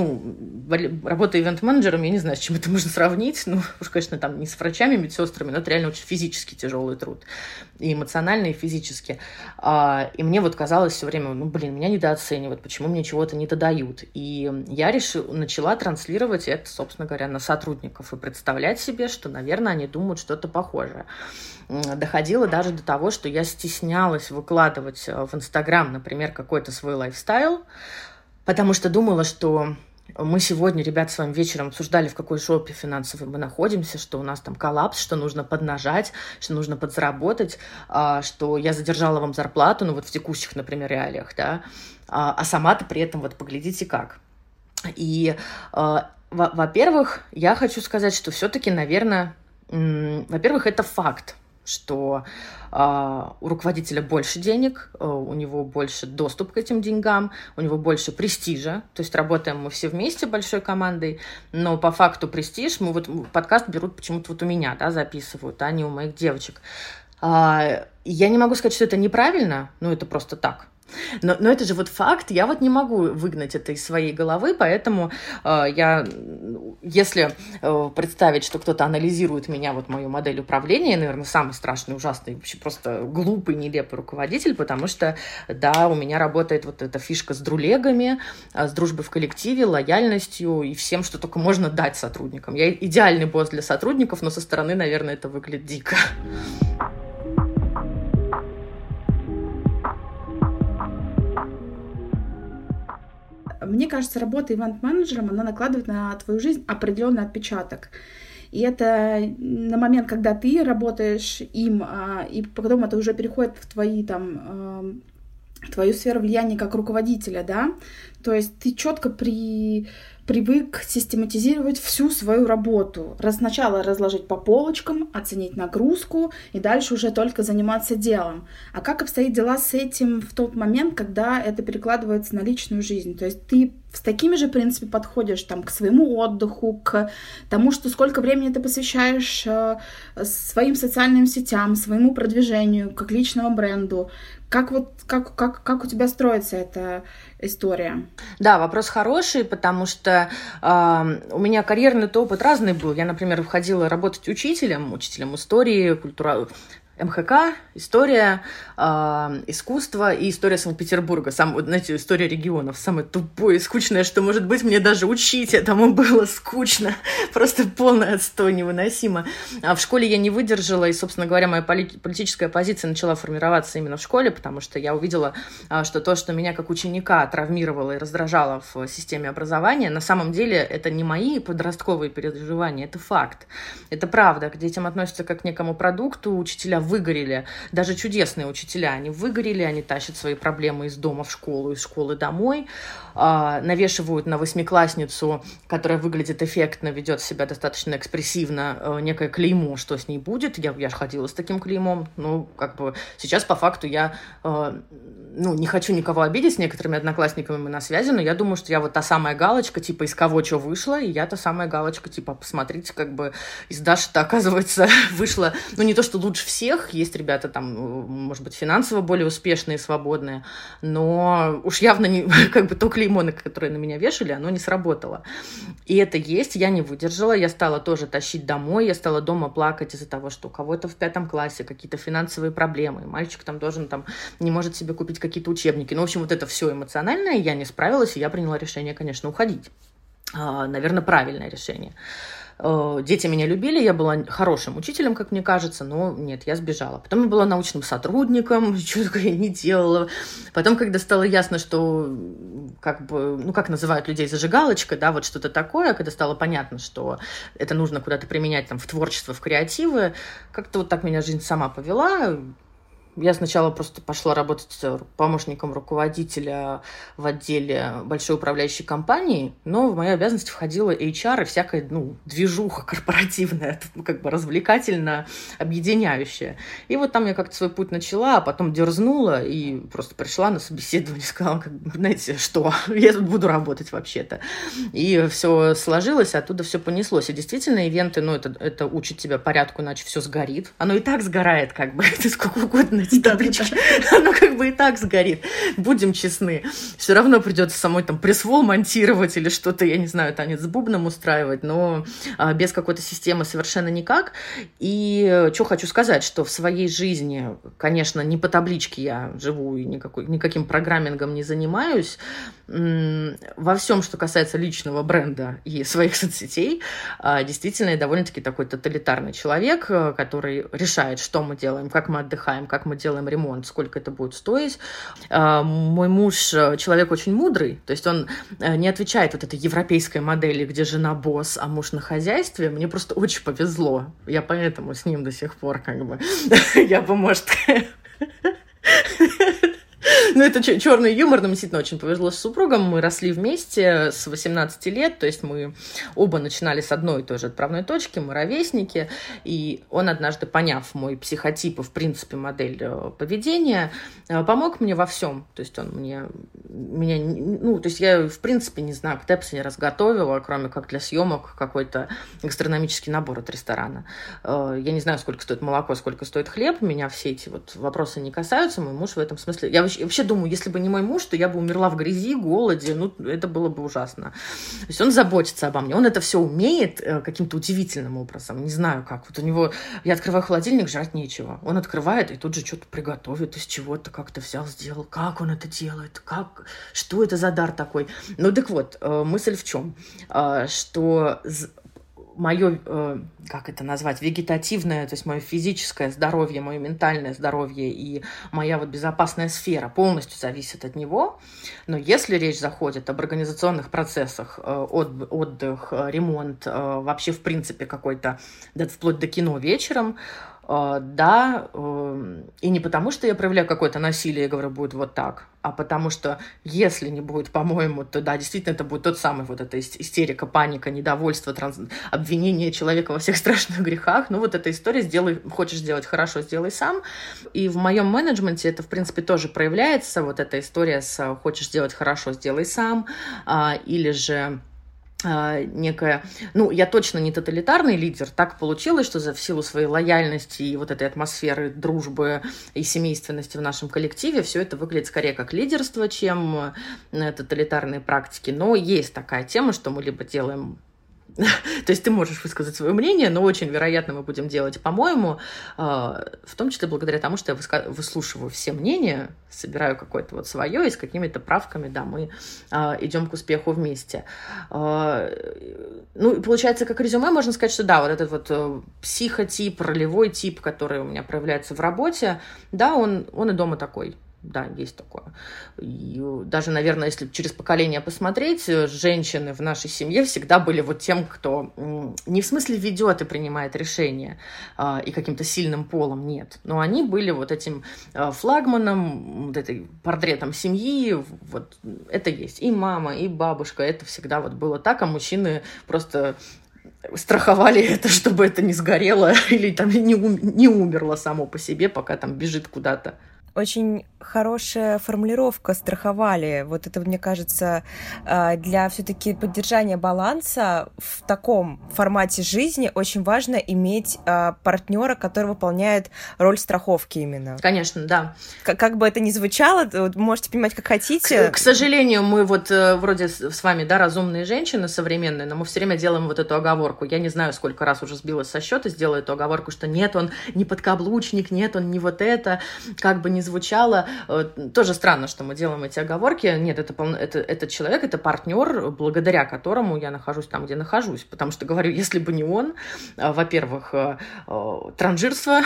работы ивент-менеджером, я не знаю, с чем это можно сравнить, уж, конечно, там не с врачами, медсестрами, но это реально очень физически тяжелый труд. И эмоционально, и физически. И мне вот казалось все время, меня недооценивают, почему мне чего-то не додают. И я начала транслировать это, собственно говоря, на сотрудников и представлять себе, что, наверное, они думают что-то похожее. Доходило даже до того, что я стеснялась выкладывать в Инстаграм, например, какой-то свой лайфстайл, потому что думала, что мы сегодня, ребят, с вами вечером обсуждали, в какой жопе финансовой мы находимся, что у нас там коллапс, что нужно поднажать, что нужно подзаработать, что я задержала вам зарплату, в текущих, например, реалиях, да, а сама-то при этом вот поглядите как. И, во-первых, я хочу сказать, что все-таки, наверное, во-первых, это факт, что у руководителя больше денег, у него больше доступ к этим деньгам, у него больше престижа. То есть работаем мы все вместе большой командой, но по факту престиж, подкаст берут почему-то у меня, да, записывают, а не у моих девочек. Я не могу сказать, что это неправильно, это просто так. Но это же факт, я не могу выгнать это из своей головы, поэтому если представить, что кто-то анализирует меня, мою модель управления, я, наверное, самый страшный, ужасный, вообще просто глупый, нелепый руководитель, потому что, да, у меня работает эта фишка с друлегами, с дружбой в коллективе, лояльностью и всем, что только можно дать сотрудникам. Я идеальный босс для сотрудников, но со стороны, наверное, это выглядит дико. Мне кажется, работа ивент-менеджером, она накладывает на твою жизнь определенный отпечаток. И это на момент, когда ты работаешь им, и потом это уже переходит в твою сферу влияния как руководителя, да, то есть ты четко привык систематизировать всю свою работу. Сначала разложить по полочкам, оценить нагрузку и дальше уже только заниматься делом. А как обстоят дела с этим в тот момент, когда это перекладывается на личную жизнь? То есть ты с такими же, в принципе, подходишь там, к своему отдыху, к тому, что сколько времени ты посвящаешь своим социальным сетям, своему продвижению, как личному бренду. Как у тебя строится эта история? Да, вопрос хороший, потому что у меня карьерный опыт разный был. Я, например, входила работать учителем истории, МХК, история, искусство и история Санкт-Петербурга. Знаете, история регионов. Самое тупое и скучное, что может быть. Мне даже учить этому было скучно. Просто полный отстой, невыносимо. В школе я не выдержала, и, собственно говоря, моя политическая позиция начала формироваться именно в школе, потому что я увидела, что то, что меня как ученика травмировало и раздражало в системе образования, на самом деле это не мои подростковые переживания, это факт. Это правда. К детям относятся как к некому продукту. Учителя выгорели, даже чудесные учителя, они выгорели, они тащат свои проблемы из дома в школу, из школы домой, навешивают на восьмиклассницу, которая выглядит эффектно, ведет себя достаточно экспрессивно, некое клеймо, что с ней будет. Я же ходила с таким клеймом, сейчас по факту я не хочу никого обидеть, с некоторыми одноклассниками мы на связи, но я думаю, что я вот та самая галочка, типа, из кого что вышло, и я та самая галочка, типа, посмотрите, из Даши-то, оказывается, вышла, не то, что лучше всех, есть ребята там, может быть, финансово более успешные, свободные, но уж явно не, то клеймо, которое на меня вешали, оно не сработало. И это есть, я не выдержала, я стала тоже тащить домой, я стала дома плакать из-за того, что у кого-то в 5 классе какие-то финансовые проблемы, мальчик там должен не может себе купить какие-то учебники. В общем, вот это все эмоциональное, я не справилась, и я приняла решение, конечно, уходить. Наверное, правильное решение. Дети меня любили, я была хорошим учителем, как мне кажется, но нет, я сбежала. Потом я была научным сотрудником, что такое я не делала. Потом, когда стало ясно, что как называют людей зажигалочка, да, вот что-то такое, когда стало понятно, что это нужно куда-то применять в творчество, в креативы, как-то вот так меня жизнь сама повела. Я сначала просто пошла работать помощником руководителя в отделе большой управляющей компании, но в мои обязанности входила HR и всякая, движуха корпоративная, развлекательно объединяющая. И вот там я как-то свой путь начала, а потом дерзнула и просто пришла на собеседование и сказала, знаете, что, я тут буду работать вообще-то. И все сложилось, оттуда все понеслось. И действительно, ивенты, это учит тебя порядку, иначе все сгорит. Оно и так сгорает, ты сколько угодно эти таблички, оно и так сгорит. Будем честны. Все равно придется самой пресс-вол монтировать или что-то, я не знаю, танец с бубном устраивать, но без какой-то системы совершенно никак. И что хочу сказать, что в своей жизни, конечно, не по табличке я живу и никаким программингом не занимаюсь. Во всем, что касается личного бренда и своих соцсетей, действительно, я довольно-таки такой тоталитарный человек, который решает, что мы делаем, как мы отдыхаем, как мы делаем ремонт, сколько это будет стоить. Мой муж человек очень мудрый, то есть он не отвечает вот этой европейской модели, где жена босс, а муж на хозяйстве. Мне просто очень повезло. Я поэтому с ним до сих пор я бы, может... Это черный юмор, но мне действительно очень повезло с супругом. Мы росли вместе с 18 лет, то есть мы оба начинали с одной и той же отправной точки, мы ровесники, и он однажды, поняв мой психотип и, в принципе, модель поведения, помог мне во всем. То есть он я, в принципе, не знаю, ктепса не разготовила, кроме как для съемок какой-то гастрономический набор от ресторана. Я не знаю, сколько стоит молоко, сколько стоит хлеб, меня все эти вопросы не касаются, мой муж в этом смысле... Я вообще думаю, если бы не мой муж, то я бы умерла в грязи, голоде, это было бы ужасно. То есть он заботится обо мне, он это все умеет каким-то удивительным образом, не знаю как. Вот у него, я открываю холодильник, жрать нечего. Он открывает и тут же что-то приготовит из чего-то, как-то взял, сделал. Как он это делает? Что это за дар такой? Так вот, мысль в чем? Что... мое, как это назвать, вегетативное, то есть мое физическое здоровье, мое ментальное здоровье и моя безопасная сфера полностью зависит от него. Но если речь заходит об организационных процессах, отдых, ремонт, вообще в принципе какой-то, вплоть до кино вечером, Да, и не потому, что я проявляю какое-то насилие и говорю, будет вот так, а потому что если не будет, по-моему, то да, действительно, это будет тот самый вот эта истерика, паника, недовольство, обвинение человека во всех страшных грехах. Ну, вот эта история хочешь сделать хорошо, сделай сам. И в моем менеджменте это, в принципе, тоже проявляется. Вот эта история с хочешь сделать хорошо, сделай сам, или же некая... Ну, я точно не тоталитарный лидер. Так получилось, что в силу своей лояльности и вот этой атмосферы дружбы и семейственности в нашем коллективе все это выглядит скорее как лидерство, чем тоталитарные практики. Но есть такая тема, что мы либо делаем... То есть ты можешь высказать свое мнение, но очень вероятно мы будем делать, по-моему, в том числе благодаря тому, что я выслушиваю все мнения, собираю какое-то вот свое, и с какими-то правками, да, мы идем к успеху вместе. Ну, и получается, как резюме можно сказать, что да, вот этот вот психотип, ролевой тип, который у меня проявляется в работе, да, он и дома такой. Да, есть такое. И даже, наверное, если через поколение посмотреть, женщины в нашей семье всегда были вот тем, кто не в смысле ведет и принимает решения и каким-то сильным полом, нет. Но они были вот этим флагманом, вот этой портретом семьи. Вот это есть. И мама, и бабушка. Это всегда вот было так, а мужчины просто страховали это, чтобы это не сгорело или там не умерло само по себе, пока там бежит куда-то. Очень хорошая формулировка «страховали». Вот это, мне кажется, для все-таки поддержания баланса в таком формате жизни очень важно иметь партнера, который выполняет роль страховки именно. Конечно, да. Как бы это ни звучало, можете понимать, как хотите. К сожалению, мы вот вроде с вами, да, разумные женщины современные, но мы все время делаем вот эту оговорку. Я не знаю, сколько раз уже сбилась со счета, сделала эту оговорку, что нет, он не подкаблучник, нет, он не вот это, как бы не звучало. Тоже странно, что мы делаем эти оговорки. Нет, это человек, это партнер, благодаря которому я нахожусь там, где нахожусь. Потому что, говорю, если бы не он, во-первых, транжирство,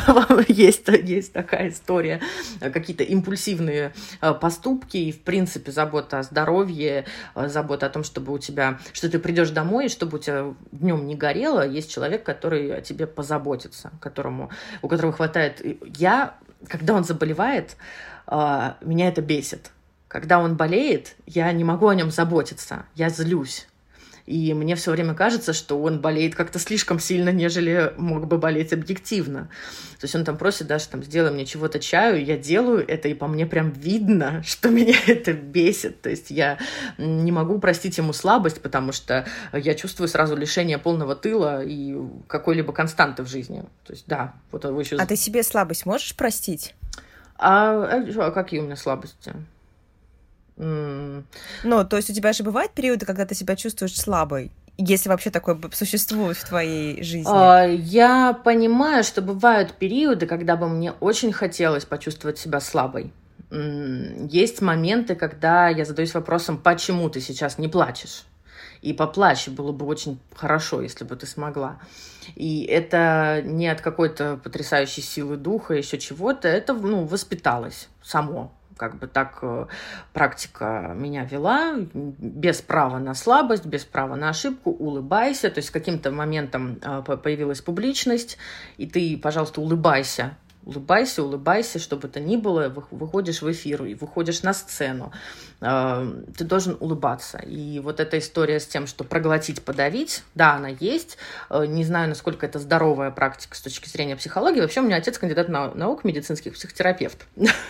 есть такая история, какие-то импульсивные поступки и, в принципе, забота о здоровье, забота о том, чтобы что ты придешь домой, и чтобы у тебя днем не горело, есть человек, который о тебе позаботится, у которого хватает... Когда он заболевает, меня это бесит. Когда он болеет, я не могу о нем заботиться, я злюсь. И мне все время кажется, что он болеет как-то слишком сильно, нежели мог бы болеть объективно. То есть он там просит даже, сделай мне чего-то чаю, я делаю это, и по мне прям видно, что меня это бесит. То есть я не могу простить ему слабость, потому что я чувствую сразу лишение полного тыла и какой-либо константы в жизни. То есть да, вот вы еще... А ты себе слабость можешь простить? А какие у меня слабости? Ну, то есть у тебя же бывают периоды, когда ты себя чувствуешь слабой, если вообще такое существует в твоей жизни? Я понимаю, что бывают периоды, когда бы мне очень хотелось почувствовать себя слабой. Есть моменты, когда я задаюсь вопросом, почему ты сейчас не плачешь? И поплачь, было бы очень хорошо, если бы ты смогла. И это не от какой-то потрясающей силы духа, еще чего-то, это воспиталось само. Как бы так практика меня вела, без права на слабость, без права на ошибку, улыбайся. То есть с каким-то моментом появилась публичность, и ты, пожалуйста, улыбайся. Улыбайся, что бы то ни было, выходишь в эфир, и выходишь на сцену, ты должен улыбаться. И вот эта история с тем, что проглотить, подавить, да, она есть. Не знаю, насколько это здоровая практика с точки зрения психологии. Вообще у меня отец кандидат наук медицинских, психотерапевт.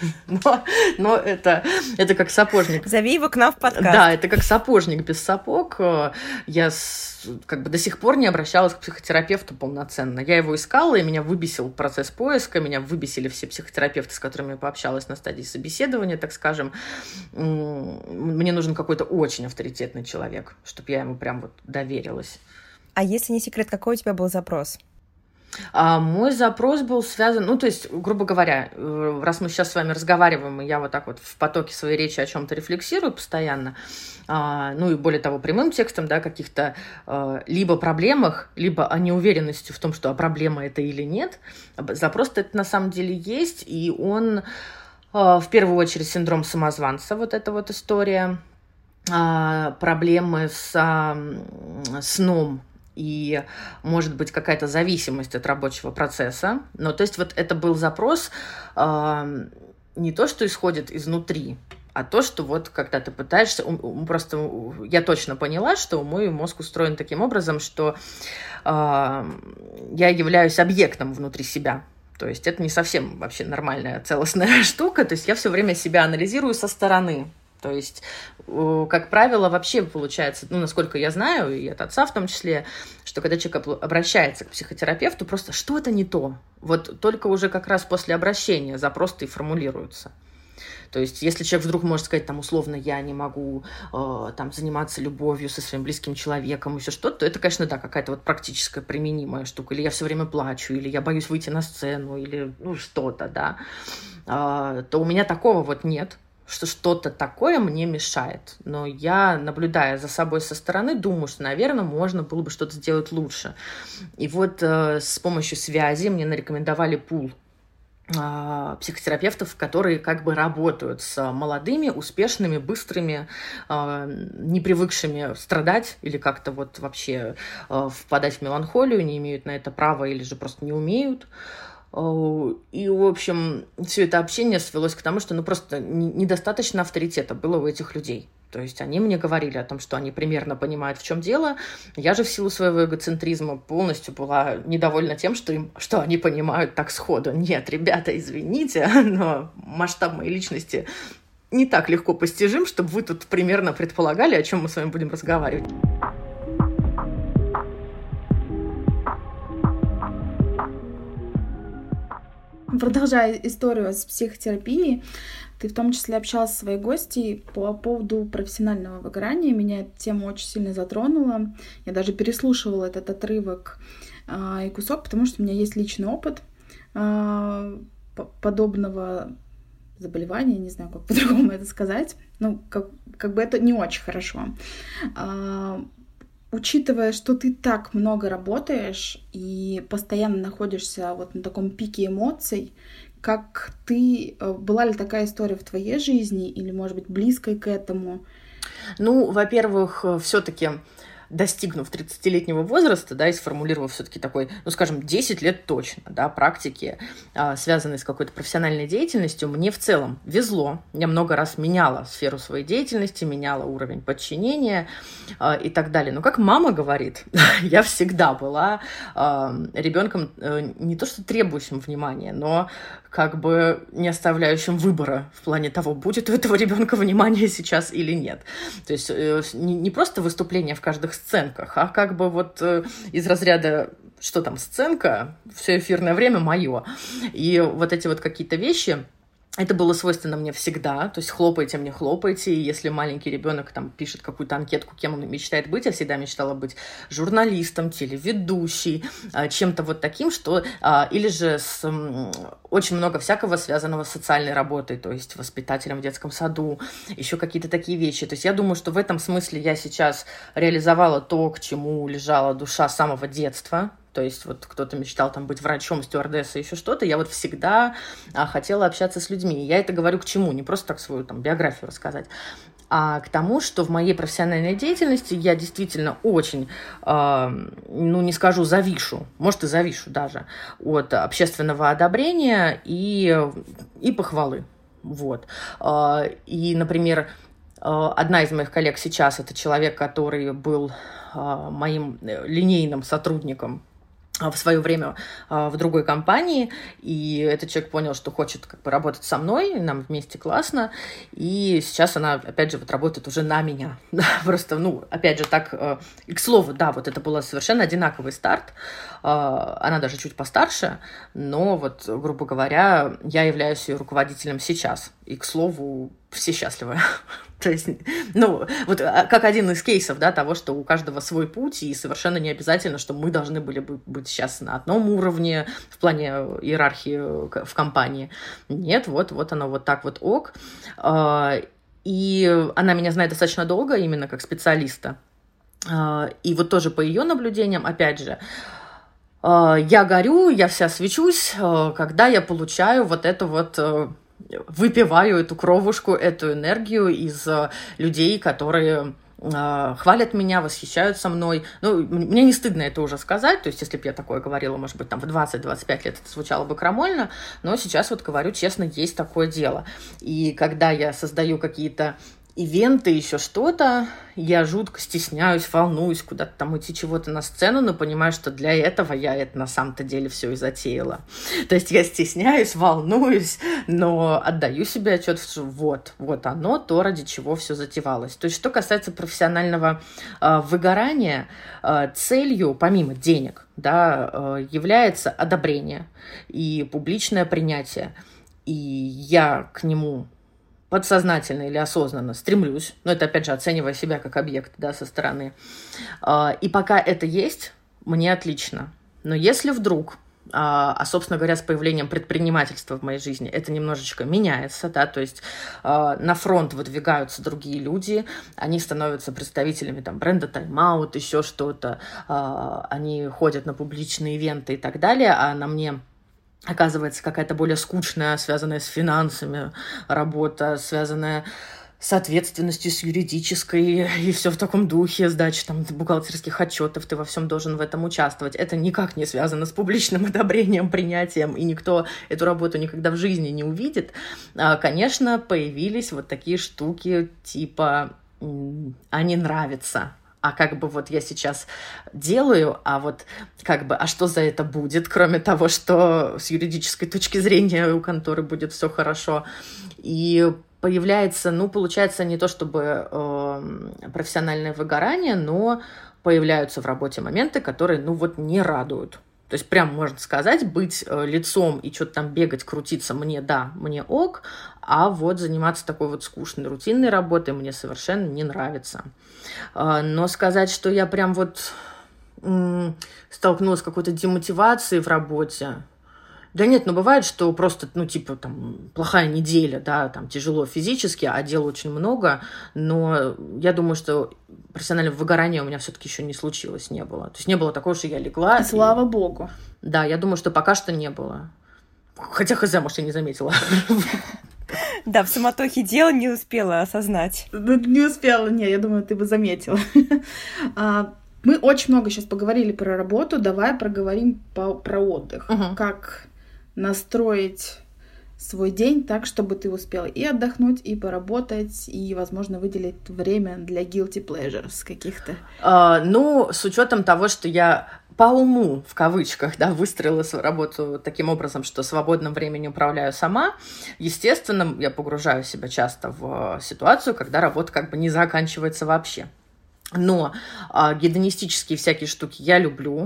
Но это как сапожник. Зови его к нам в подкаст. Да, это как сапожник без сапог. Я до сих пор не обращалась к психотерапевту полноценно. Я его искала, и меня выбесил процесс поиска, меня выбесили все психотерапевты, с которыми я пообщалась на стадии собеседования, так скажем. Мне нужен какой-то очень авторитетный человек, чтобы я ему прям доверилась. А если не секрет, какой у тебя был запрос? Мой запрос был связан, то есть, грубо говоря, раз мы сейчас с вами разговариваем, и я вот так вот в потоке своей речи о чем-то рефлексирую постоянно, и более того, прямым текстом, да, каких-то либо проблемах, либо о неуверенности в том, что проблема это или нет, запрос-то это на самом деле есть, и он в первую очередь синдром самозванца, вот эта вот история, проблемы с сном, и, может быть, какая-то зависимость от рабочего процесса. Но то есть вот это был запрос не то, что исходит изнутри, а то, что вот когда ты пытаешься... Просто я точно поняла, что мой мозг устроен таким образом, что я являюсь объектом внутри себя. То есть это не совсем вообще нормальная целостная штука. То есть я все время себя анализирую со стороны. То есть, как правило, вообще получается, насколько я знаю, и от отца в том числе, что когда человек обращается к психотерапевту, просто что-то не то. Вот только уже как раз после обращения запрос-то и формулируется. То есть, если человек вдруг может сказать, там, условно, я не могу там, заниматься любовью со своим близким человеком, еще что-то, то это, конечно, да, какая-то вот практическая применимая штука. Или я все время плачу, или я боюсь выйти на сцену, или что-то, да. То у меня такого вот нет, что что-то такое мне мешает. Но я, наблюдая за собой со стороны, думаю, что, наверное, можно было бы что-то сделать лучше. И вот с помощью связи мне нарекомендовали пул психотерапевтов, которые как бы работают с молодыми, успешными, быстрыми, не привыкшими страдать или как-то вот вообще впадать в меланхолию, не имеют на это права или же просто не умеют. И, в общем, все это общение свелось к тому, что просто недостаточно авторитета было у этих людей. То есть они мне говорили о том, что они примерно понимают, в чем дело. Я же в силу своего эгоцентризма полностью была недовольна тем, что они понимают так сходу. Нет, ребята, извините, но масштаб моей личности не так легко постижим, чтобы вы тут примерно предполагали, о чем мы с вами будем разговаривать. Продолжая историю с психотерапией, ты в том числе общалась со своей гостьей по поводу профессионального выгорания. Меня эта тема очень сильно затронула. Я даже переслушивала этот отрывок и кусок, потому что у меня есть личный опыт подобного заболевания, не знаю, как по-другому это сказать. Как бы это не очень хорошо. Учитывая, что ты так много работаешь и постоянно находишься вот на таком пике эмоций, была ли такая история в твоей жизни или, может быть, близкой к этому? Во-первых, все-таки достигнув 30-летнего возраста, да, и сформулировав все-таки такой, 10 лет точно, да, практики, связанной с какой-то профессиональной деятельностью, мне в целом везло. Я много раз меняла сферу своей деятельности, меняла уровень подчинения и так далее. Но как мама говорит, я всегда была ребенком не то что требующим внимания, но как бы не оставляющим выбора в плане того, будет у этого ребенка внимание сейчас или нет. То есть не просто выступление в каждых сценках, а как бы вот из разряда, что там сценка, все эфирное время мое. И вот эти вот какие-то вещи, это было свойственно мне всегда, то есть хлопайте мне, хлопайте, и если маленький ребенок там пишет какую-то анкетку, кем он мечтает быть, я всегда мечтала быть журналистом, телеведущей, чем-то вот таким, что или же очень много всякого связанного с социальной работой, то есть воспитателем в детском саду, еще какие-то такие вещи. То есть я думаю, что в этом смысле я сейчас реализовала то, к чему лежала душа с самого детства. То есть вот кто-то мечтал там быть врачом, стюардессой, еще что-то. Я вот всегда хотела общаться с людьми. И я это говорю к чему? Не просто так свою там биографию рассказать, а к тому, что в моей профессиональной деятельности я действительно очень, не скажу завишу, может и завишу даже, от общественного одобрения и похвалы. Вот. И, например, одна из моих коллег сейчас — это человек, который был моим линейным сотрудником в свое время в другой компании, и этот человек понял, что хочет как бы работать со мной, нам вместе классно, и сейчас она, опять же, вот работает уже на меня. Просто, опять же, так, и к слову, да, вот это был совершенно одинаковый старт, она даже чуть постарше, но вот, грубо говоря, я являюсь ее руководителем сейчас, и, к слову, все счастливы. То есть, вот как один из кейсов, да, того, что у каждого свой путь, и совершенно не обязательно, что мы должны были бы быть сейчас на одном уровне в плане иерархии в компании. Нет, вот оно вот так вот ок. И она меня знает достаточно долго, именно как специалиста. И вот тоже по ее наблюдениям, опять же, я горю, я вся свечусь, когда я получаю вот это вот... выпиваю эту кровушку, эту энергию из людей, которые хвалят меня, восхищаются мной. Ну, мне не стыдно это уже сказать, то есть если бы я такое говорила, может быть, там в 20-25 лет это звучало бы крамольно, но сейчас вот говорю честно, есть такое дело. И когда я создаю какие-то ивенты, еще что-то, я жутко стесняюсь, волнуюсь куда-то там идти чего-то на сцену, но понимаю, что для этого я это на самом-то деле все и затеяла. То есть я стесняюсь, волнуюсь, но отдаю себе отчет, что вот оно, то, ради чего все затевалось. То есть что касается профессионального выгорания, целью, помимо денег, да, является одобрение и публичное принятие. И я к нему подсознательно или осознанно стремлюсь, но это, опять же, оценивая себя как объект, да, со стороны. И пока это есть, мне отлично. Но если вдруг, собственно говоря, с появлением предпринимательства в моей жизни это немножечко меняется, да, то есть на фронт выдвигаются другие люди, они становятся представителями там бренда Time Out, еще что-то, они ходят на публичные ивенты и так далее, а на мне оказывается какая-то более скучная, связанная с финансами работа, связанная с ответственностью, с юридической, и все в таком духе, сдача там бухгалтерских отчетов, ты во всем должен в этом участвовать. Это никак не связано с публичным одобрением, принятием, и никто эту работу никогда в жизни не увидит. Конечно, появились вот такие штуки типа «а не нравится». А как бы вот я сейчас делаю, а вот как бы, а что за это будет, кроме того, что с юридической точки зрения у конторы будет все хорошо. И появляется, ну, получается, не то чтобы профессиональное выгорание, но появляются в работе моменты, которые, ну, вот не радуют. То есть прям, можно сказать, быть лицом и что-то там бегать, крутиться мне, да, мне ок, а вот заниматься такой вот скучной, рутинной работой мне совершенно не нравится. Но сказать, что я прям вот столкнулась с какой-то демотивацией в работе, да нет, но бывает, что просто, ну, типа, там, плохая неделя, да, там, тяжело физически, а дел очень много, но я думаю, что профессионального выгорания у меня все-таки еще не случилось, не было. То есть не было такого, что я легла. И слава богу. Да, я думаю, что пока что не было. Хотя, хз, может, я не заметила. Да, в суматохе дела не успела осознать. Не успела, не, я думаю, ты бы заметила. Мы очень много сейчас поговорили про работу, давай проговорим про отдых. Как настроить свой день так, чтобы ты успела и отдохнуть, и поработать, и, возможно, выделить время для guilty pleasures каких-то. Ну, с учетом того, что я по уму, в кавычках, да, выстроила свою работу таким образом, что свободным временем управляю сама, естественно, я погружаю себя часто в ситуацию, когда работа как бы не заканчивается вообще. Но гедонистические всякие штуки я люблю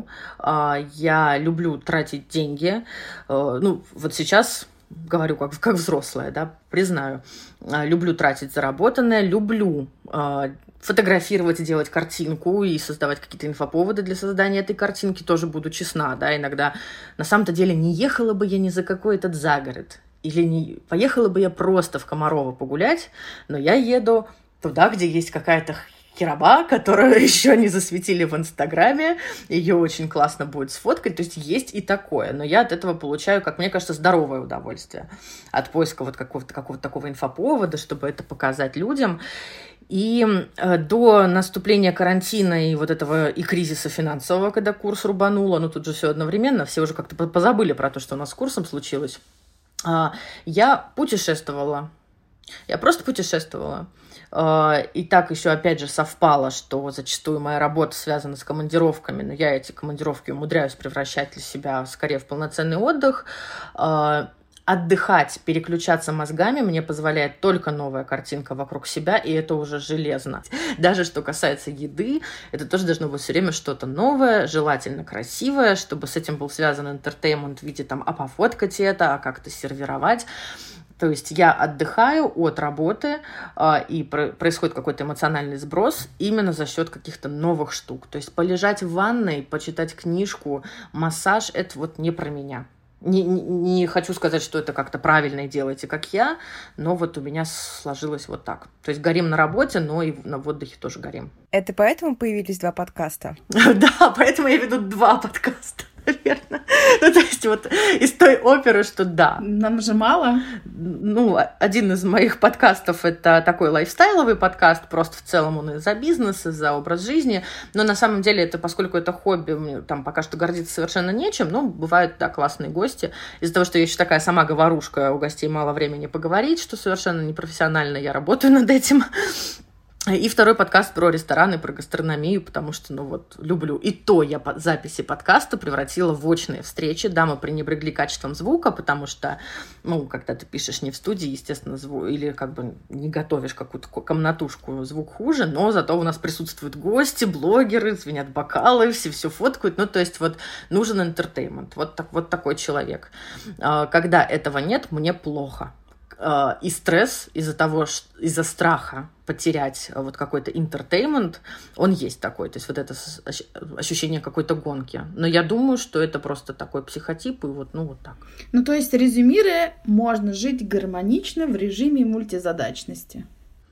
тратить деньги. Ну, вот сейчас говорю как взрослая, да, признаю. Люблю тратить заработанное, люблю фотографировать и делать картинку и создавать какие-то инфоповоды для создания этой картинки, тоже буду честна, да, иногда на самом-то деле не ехала бы я ни за какой этот загород, или не поехала бы я просто в Комарово погулять, но я еду туда, где есть какая-то хероба, которую еще не засветили в Инстаграме, ее очень классно будет сфоткать, то есть есть и такое, но я от этого получаю, как мне кажется, здоровое удовольствие от поиска вот какого-то такого инфоповода, чтобы это показать людям. И до наступления карантина и вот этого и кризиса финансового, когда курс рубануло, ну тут же все одновременно, все уже как-то позабыли про то, что у нас с курсом случилось, я путешествовала. Я просто путешествовала. И так еще, опять же, совпало, что зачастую моя работа связана с командировками, но я эти командировки умудряюсь превращать для себя скорее в полноценный отдых. Отдыхать, переключаться мозгами мне позволяет только новая картинка вокруг себя, и это уже железно. Даже что касается еды, это тоже должно быть все время что-то новое, желательно красивое, чтобы с этим был связан интертеймент в виде там, а пофоткать это, а как-то сервировать. То есть я отдыхаю от работы, и происходит какой-то эмоциональный сброс именно за счет каких-то новых штук. То есть полежать в ванной, почитать книжку, массаж – это вот не про меня. Не хочу сказать, что это как-то правильно и делайте, как я, но вот у меня сложилось вот так. То есть горим на работе, но и в отдыхе тоже горим. Это поэтому появились 2 подкаста? Да, поэтому я веду 2 подкаста. наверное. Ну, то есть вот из той оперы, что да. Нам же мало. Ну, один из моих подкастов — это такой лайфстайловый подкаст, просто в целом он и за бизнес, и за образ жизни, но на самом деле это, поскольку это хобби, мне там пока что гордиться совершенно нечем, но бывают, да, классные гости. Из-за того, что я еще такая сама говорушка, у гостей мало времени поговорить, что совершенно непрофессионально, я работаю над этим. И второй подкаст про рестораны, про гастрономию, потому что, ну вот, люблю. И то я записи подкаста превратила в очные встречи. Да, мы пренебрегли качеством звука, потому что, ну, когда ты пишешь не в студии, естественно, звук, или как бы не готовишь какую-то комнатушку, звук хуже, но зато у нас присутствуют гости, блогеры, звенят бокалы, все фоткают. Ну, то есть вот нужен entertainment. Вот такой человек. Когда этого нет, мне плохо. И стресс из-за страха потерять вот какой-то entertainment, он есть такой, то есть вот это ощущение какой-то гонки. Но я думаю, что это просто такой психотип, и вот, ну, вот так. Ну, то есть, резюмируя, можно жить гармонично в режиме мультизадачности.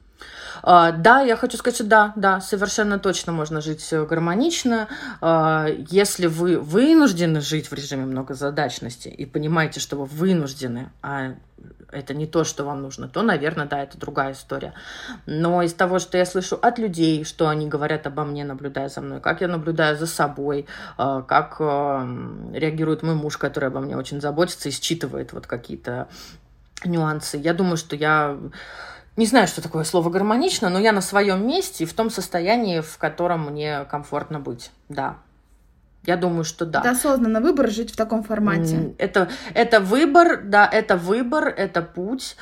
Да, я хочу сказать, что да, совершенно точно можно жить гармонично. Если вы вынуждены жить в режиме многозадачности и понимаете, что вы вынуждены, а это не то, что вам нужно, то, наверное, да, это другая история. Но из того, что я слышу от людей, что они говорят обо мне, наблюдая за мной, как я наблюдаю за собой, как реагирует мой муж, который обо мне очень заботится и считывает вот какие-то нюансы, я думаю, что я... Не знаю, что такое слово «гармонично», но я на своем месте и в том состоянии, в котором мне комфортно быть, да. Я думаю, что да. Это осознанный выбор жить в таком формате. Это выбор, да, это выбор, это путь.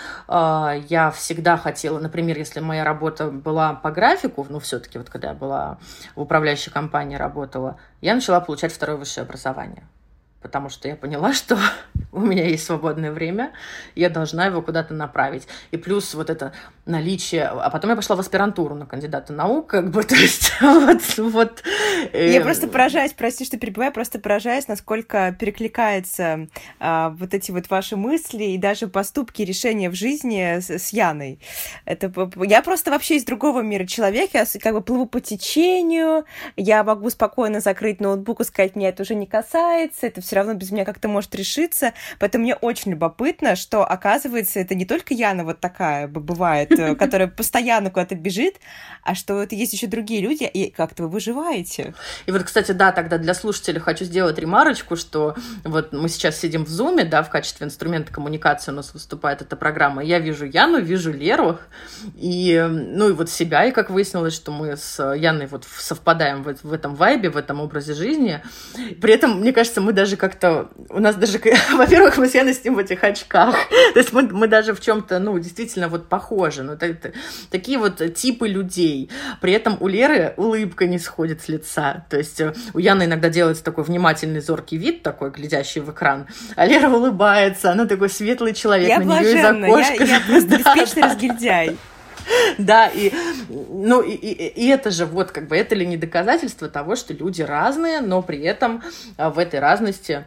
Я всегда хотела, например, если моя работа была по графику, ну, все-таки вот когда я была в управляющей компании работала, я начала получать второе высшее образование. Потому что я поняла, что у меня есть свободное время, я должна его куда-то направить. И плюс вот это наличие... А потом я пошла в аспирантуру на кандидата наук, как бы, то есть вот... Я просто поражаюсь, прости, что перебиваю, просто поражаюсь, насколько перекликаются вот эти вот ваши мысли и даже поступки, решения в жизни с Яной. Я просто вообще из другого мира человек, я как бы плыву по течению, я могу спокойно закрыть ноутбук и сказать, меня это уже не касается, это все равно без меня как-то может решиться, поэтому мне очень любопытно, что, оказывается, это не только Яна вот такая бывает, которая постоянно куда-то бежит, а что это есть еще другие люди, и как-то вы выживаете. И вот, кстати, да, тогда для слушателей хочу сделать ремарочку, что вот мы сейчас сидим в Zoom, да, в качестве инструмента коммуникации у нас выступает эта программа. Я вижу Яну, вижу Леру, и, ну, и вот себя, и как выяснилось, что мы с Яной вот совпадаем в этом вайбе, в этом образе жизни. При этом, мне кажется, мы даже как-то... У нас даже... Во-первых, мы с Яной с ним в этих очках. То есть мы даже в чем-то, ну, действительно вот похожи. Ну, такие вот типы людей. При этом у Леры улыбка не сходит с лица. То есть у Яны иногда делается такой внимательный, зоркий вид, такой, глядящий в экран. А Лера улыбается. Она такой светлый человек. Я на блаженна. нее из окошка. Я просто беспечный разгильдяй. Да, и это же вот как бы это ли не доказательство того, что люди разные, но при этом в этой разности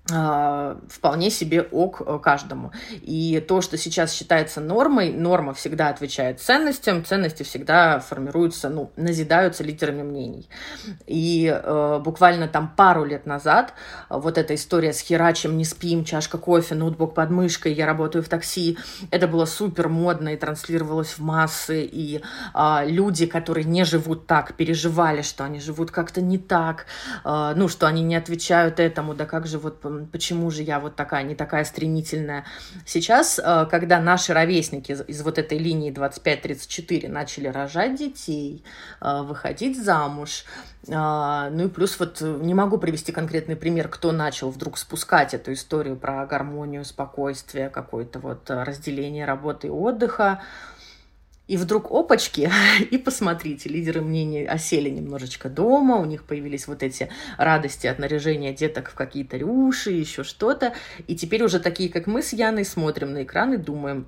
вполне себе ок каждому. И то, что сейчас считается нормой, норма всегда отвечает ценностям, ценности всегда формируются, ну, назидаются лидерами мнений. И буквально там пару лет назад вот эта история с херачем, не спим, чашка кофе, ноутбук под мышкой, я работаю в такси, это было супер модно и транслировалось в массы, и люди, которые не живут так, переживали, что они живут как-то не так, ну, что они не отвечают этому, да как же вот почему же я вот такая, не такая стремительная. Сейчас, когда наши ровесники из вот этой линии 25-34 начали рожать детей, выходить замуж, ну и плюс вот не могу привести конкретный пример, кто начал вдруг спускать эту историю про гармонию, спокойствие, какое-то вот разделение работы и отдыха. И вдруг опачки, и посмотрите, лидеры мнений осели немножечко дома, у них появились вот эти радости от наряжения деток в какие-то рюши, еще что-то. И теперь уже такие, как мы с Яной, смотрим на экран и думаем, так,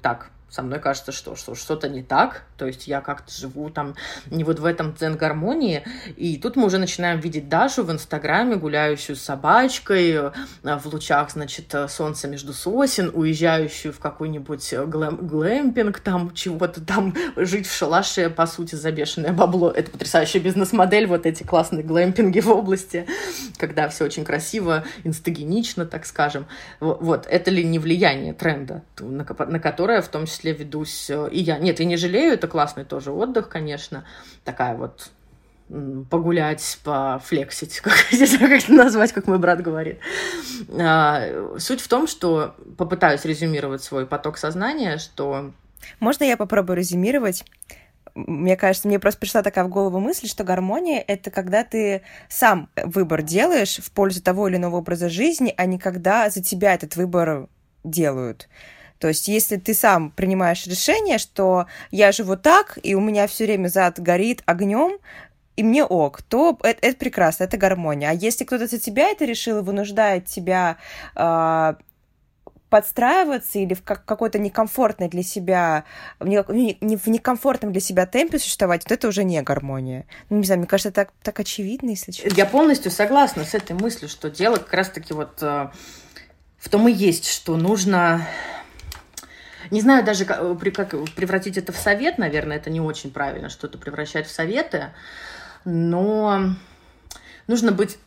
со мной кажется, что что-то не так, то есть я как-то живу там не вот в этом дзен-гармонии, и тут мы уже начинаем видеть Дашу в Инстаграме, гуляющую с собачкой, в лучах, значит, солнца между сосен, уезжающую в какой-нибудь глэмпинг, там чего-то там, жить в шалаше, по сути, за бешеное бабло. Это потрясающая бизнес-модель, вот эти классные глэмпинги в области, когда все очень красиво, инстагенично, так скажем. Вот, это ли не влияние тренда, на которое в том числе ведусь и я. Нет, я не жалею, это классный тоже отдых, конечно. Такая вот погулять, пофлексить, как это назвать, как мой брат говорит. Суть в том, что попытаюсь резюмировать свой поток сознания, что... Можно я попробую резюмировать? Мне кажется, мне просто пришла такая в голову мысль, что гармония — это когда ты сам выбор делаешь в пользу того или иного образа жизни, а не когда за тебя этот выбор делают. То есть, если ты сам принимаешь решение, что я живу так, и у меня все время зад горит огнем, и мне ок, то это прекрасно, это гармония. А если кто-то за тебя это решил и вынуждает тебя подстраиваться или в какой-то некомфортной для себя, в некомфортном для себя темпе существовать, вот это уже не гармония. Ну, не знаю, мне кажется, так очевидно, если честно. Я полностью согласна с этой мыслью, что дело как раз-таки вот в том и есть, что нужно... Не знаю даже, как превратить это в совет, наверное, это не очень правильно, что-то превращать в советы, но нужно быть...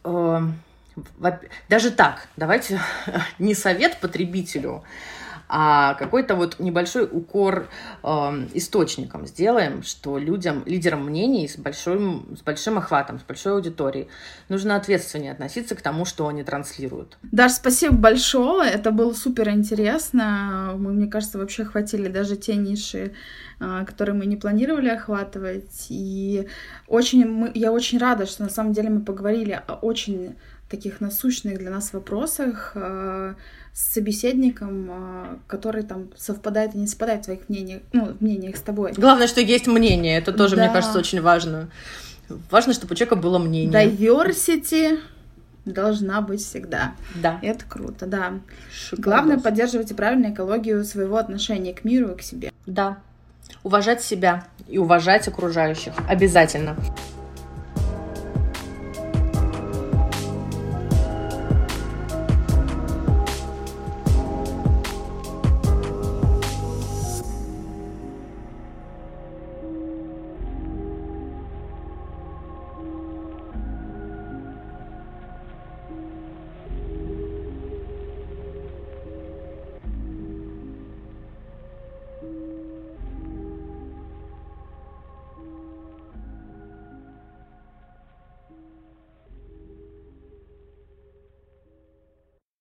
Даже так, давайте не совет потребителю, а какой-то вот небольшой укор источникам сделаем, что людям, лидерам мнений с большим охватом, с большой аудиторией, нужно ответственнее относиться к тому, что они транслируют. Даш, спасибо большое, это было супер интересно. Мы, мне кажется, вообще охватили даже те ниши, которые мы не планировали охватывать. И я очень рада, что на самом деле мы поговорили о очень таких насущных для нас вопросах с собеседником, который там совпадает и не совпадает в твоих мнениях с тобой. Главное, что есть мнение, это тоже, мне кажется, очень важно. Важно, чтобы у человека было мнение. Diversity должна быть всегда. Да. Это круто, да. Главное, поддерживать правильную экологию своего отношения к миру и к себе. Да. Уважать себя и уважать окружающих. Обязательно.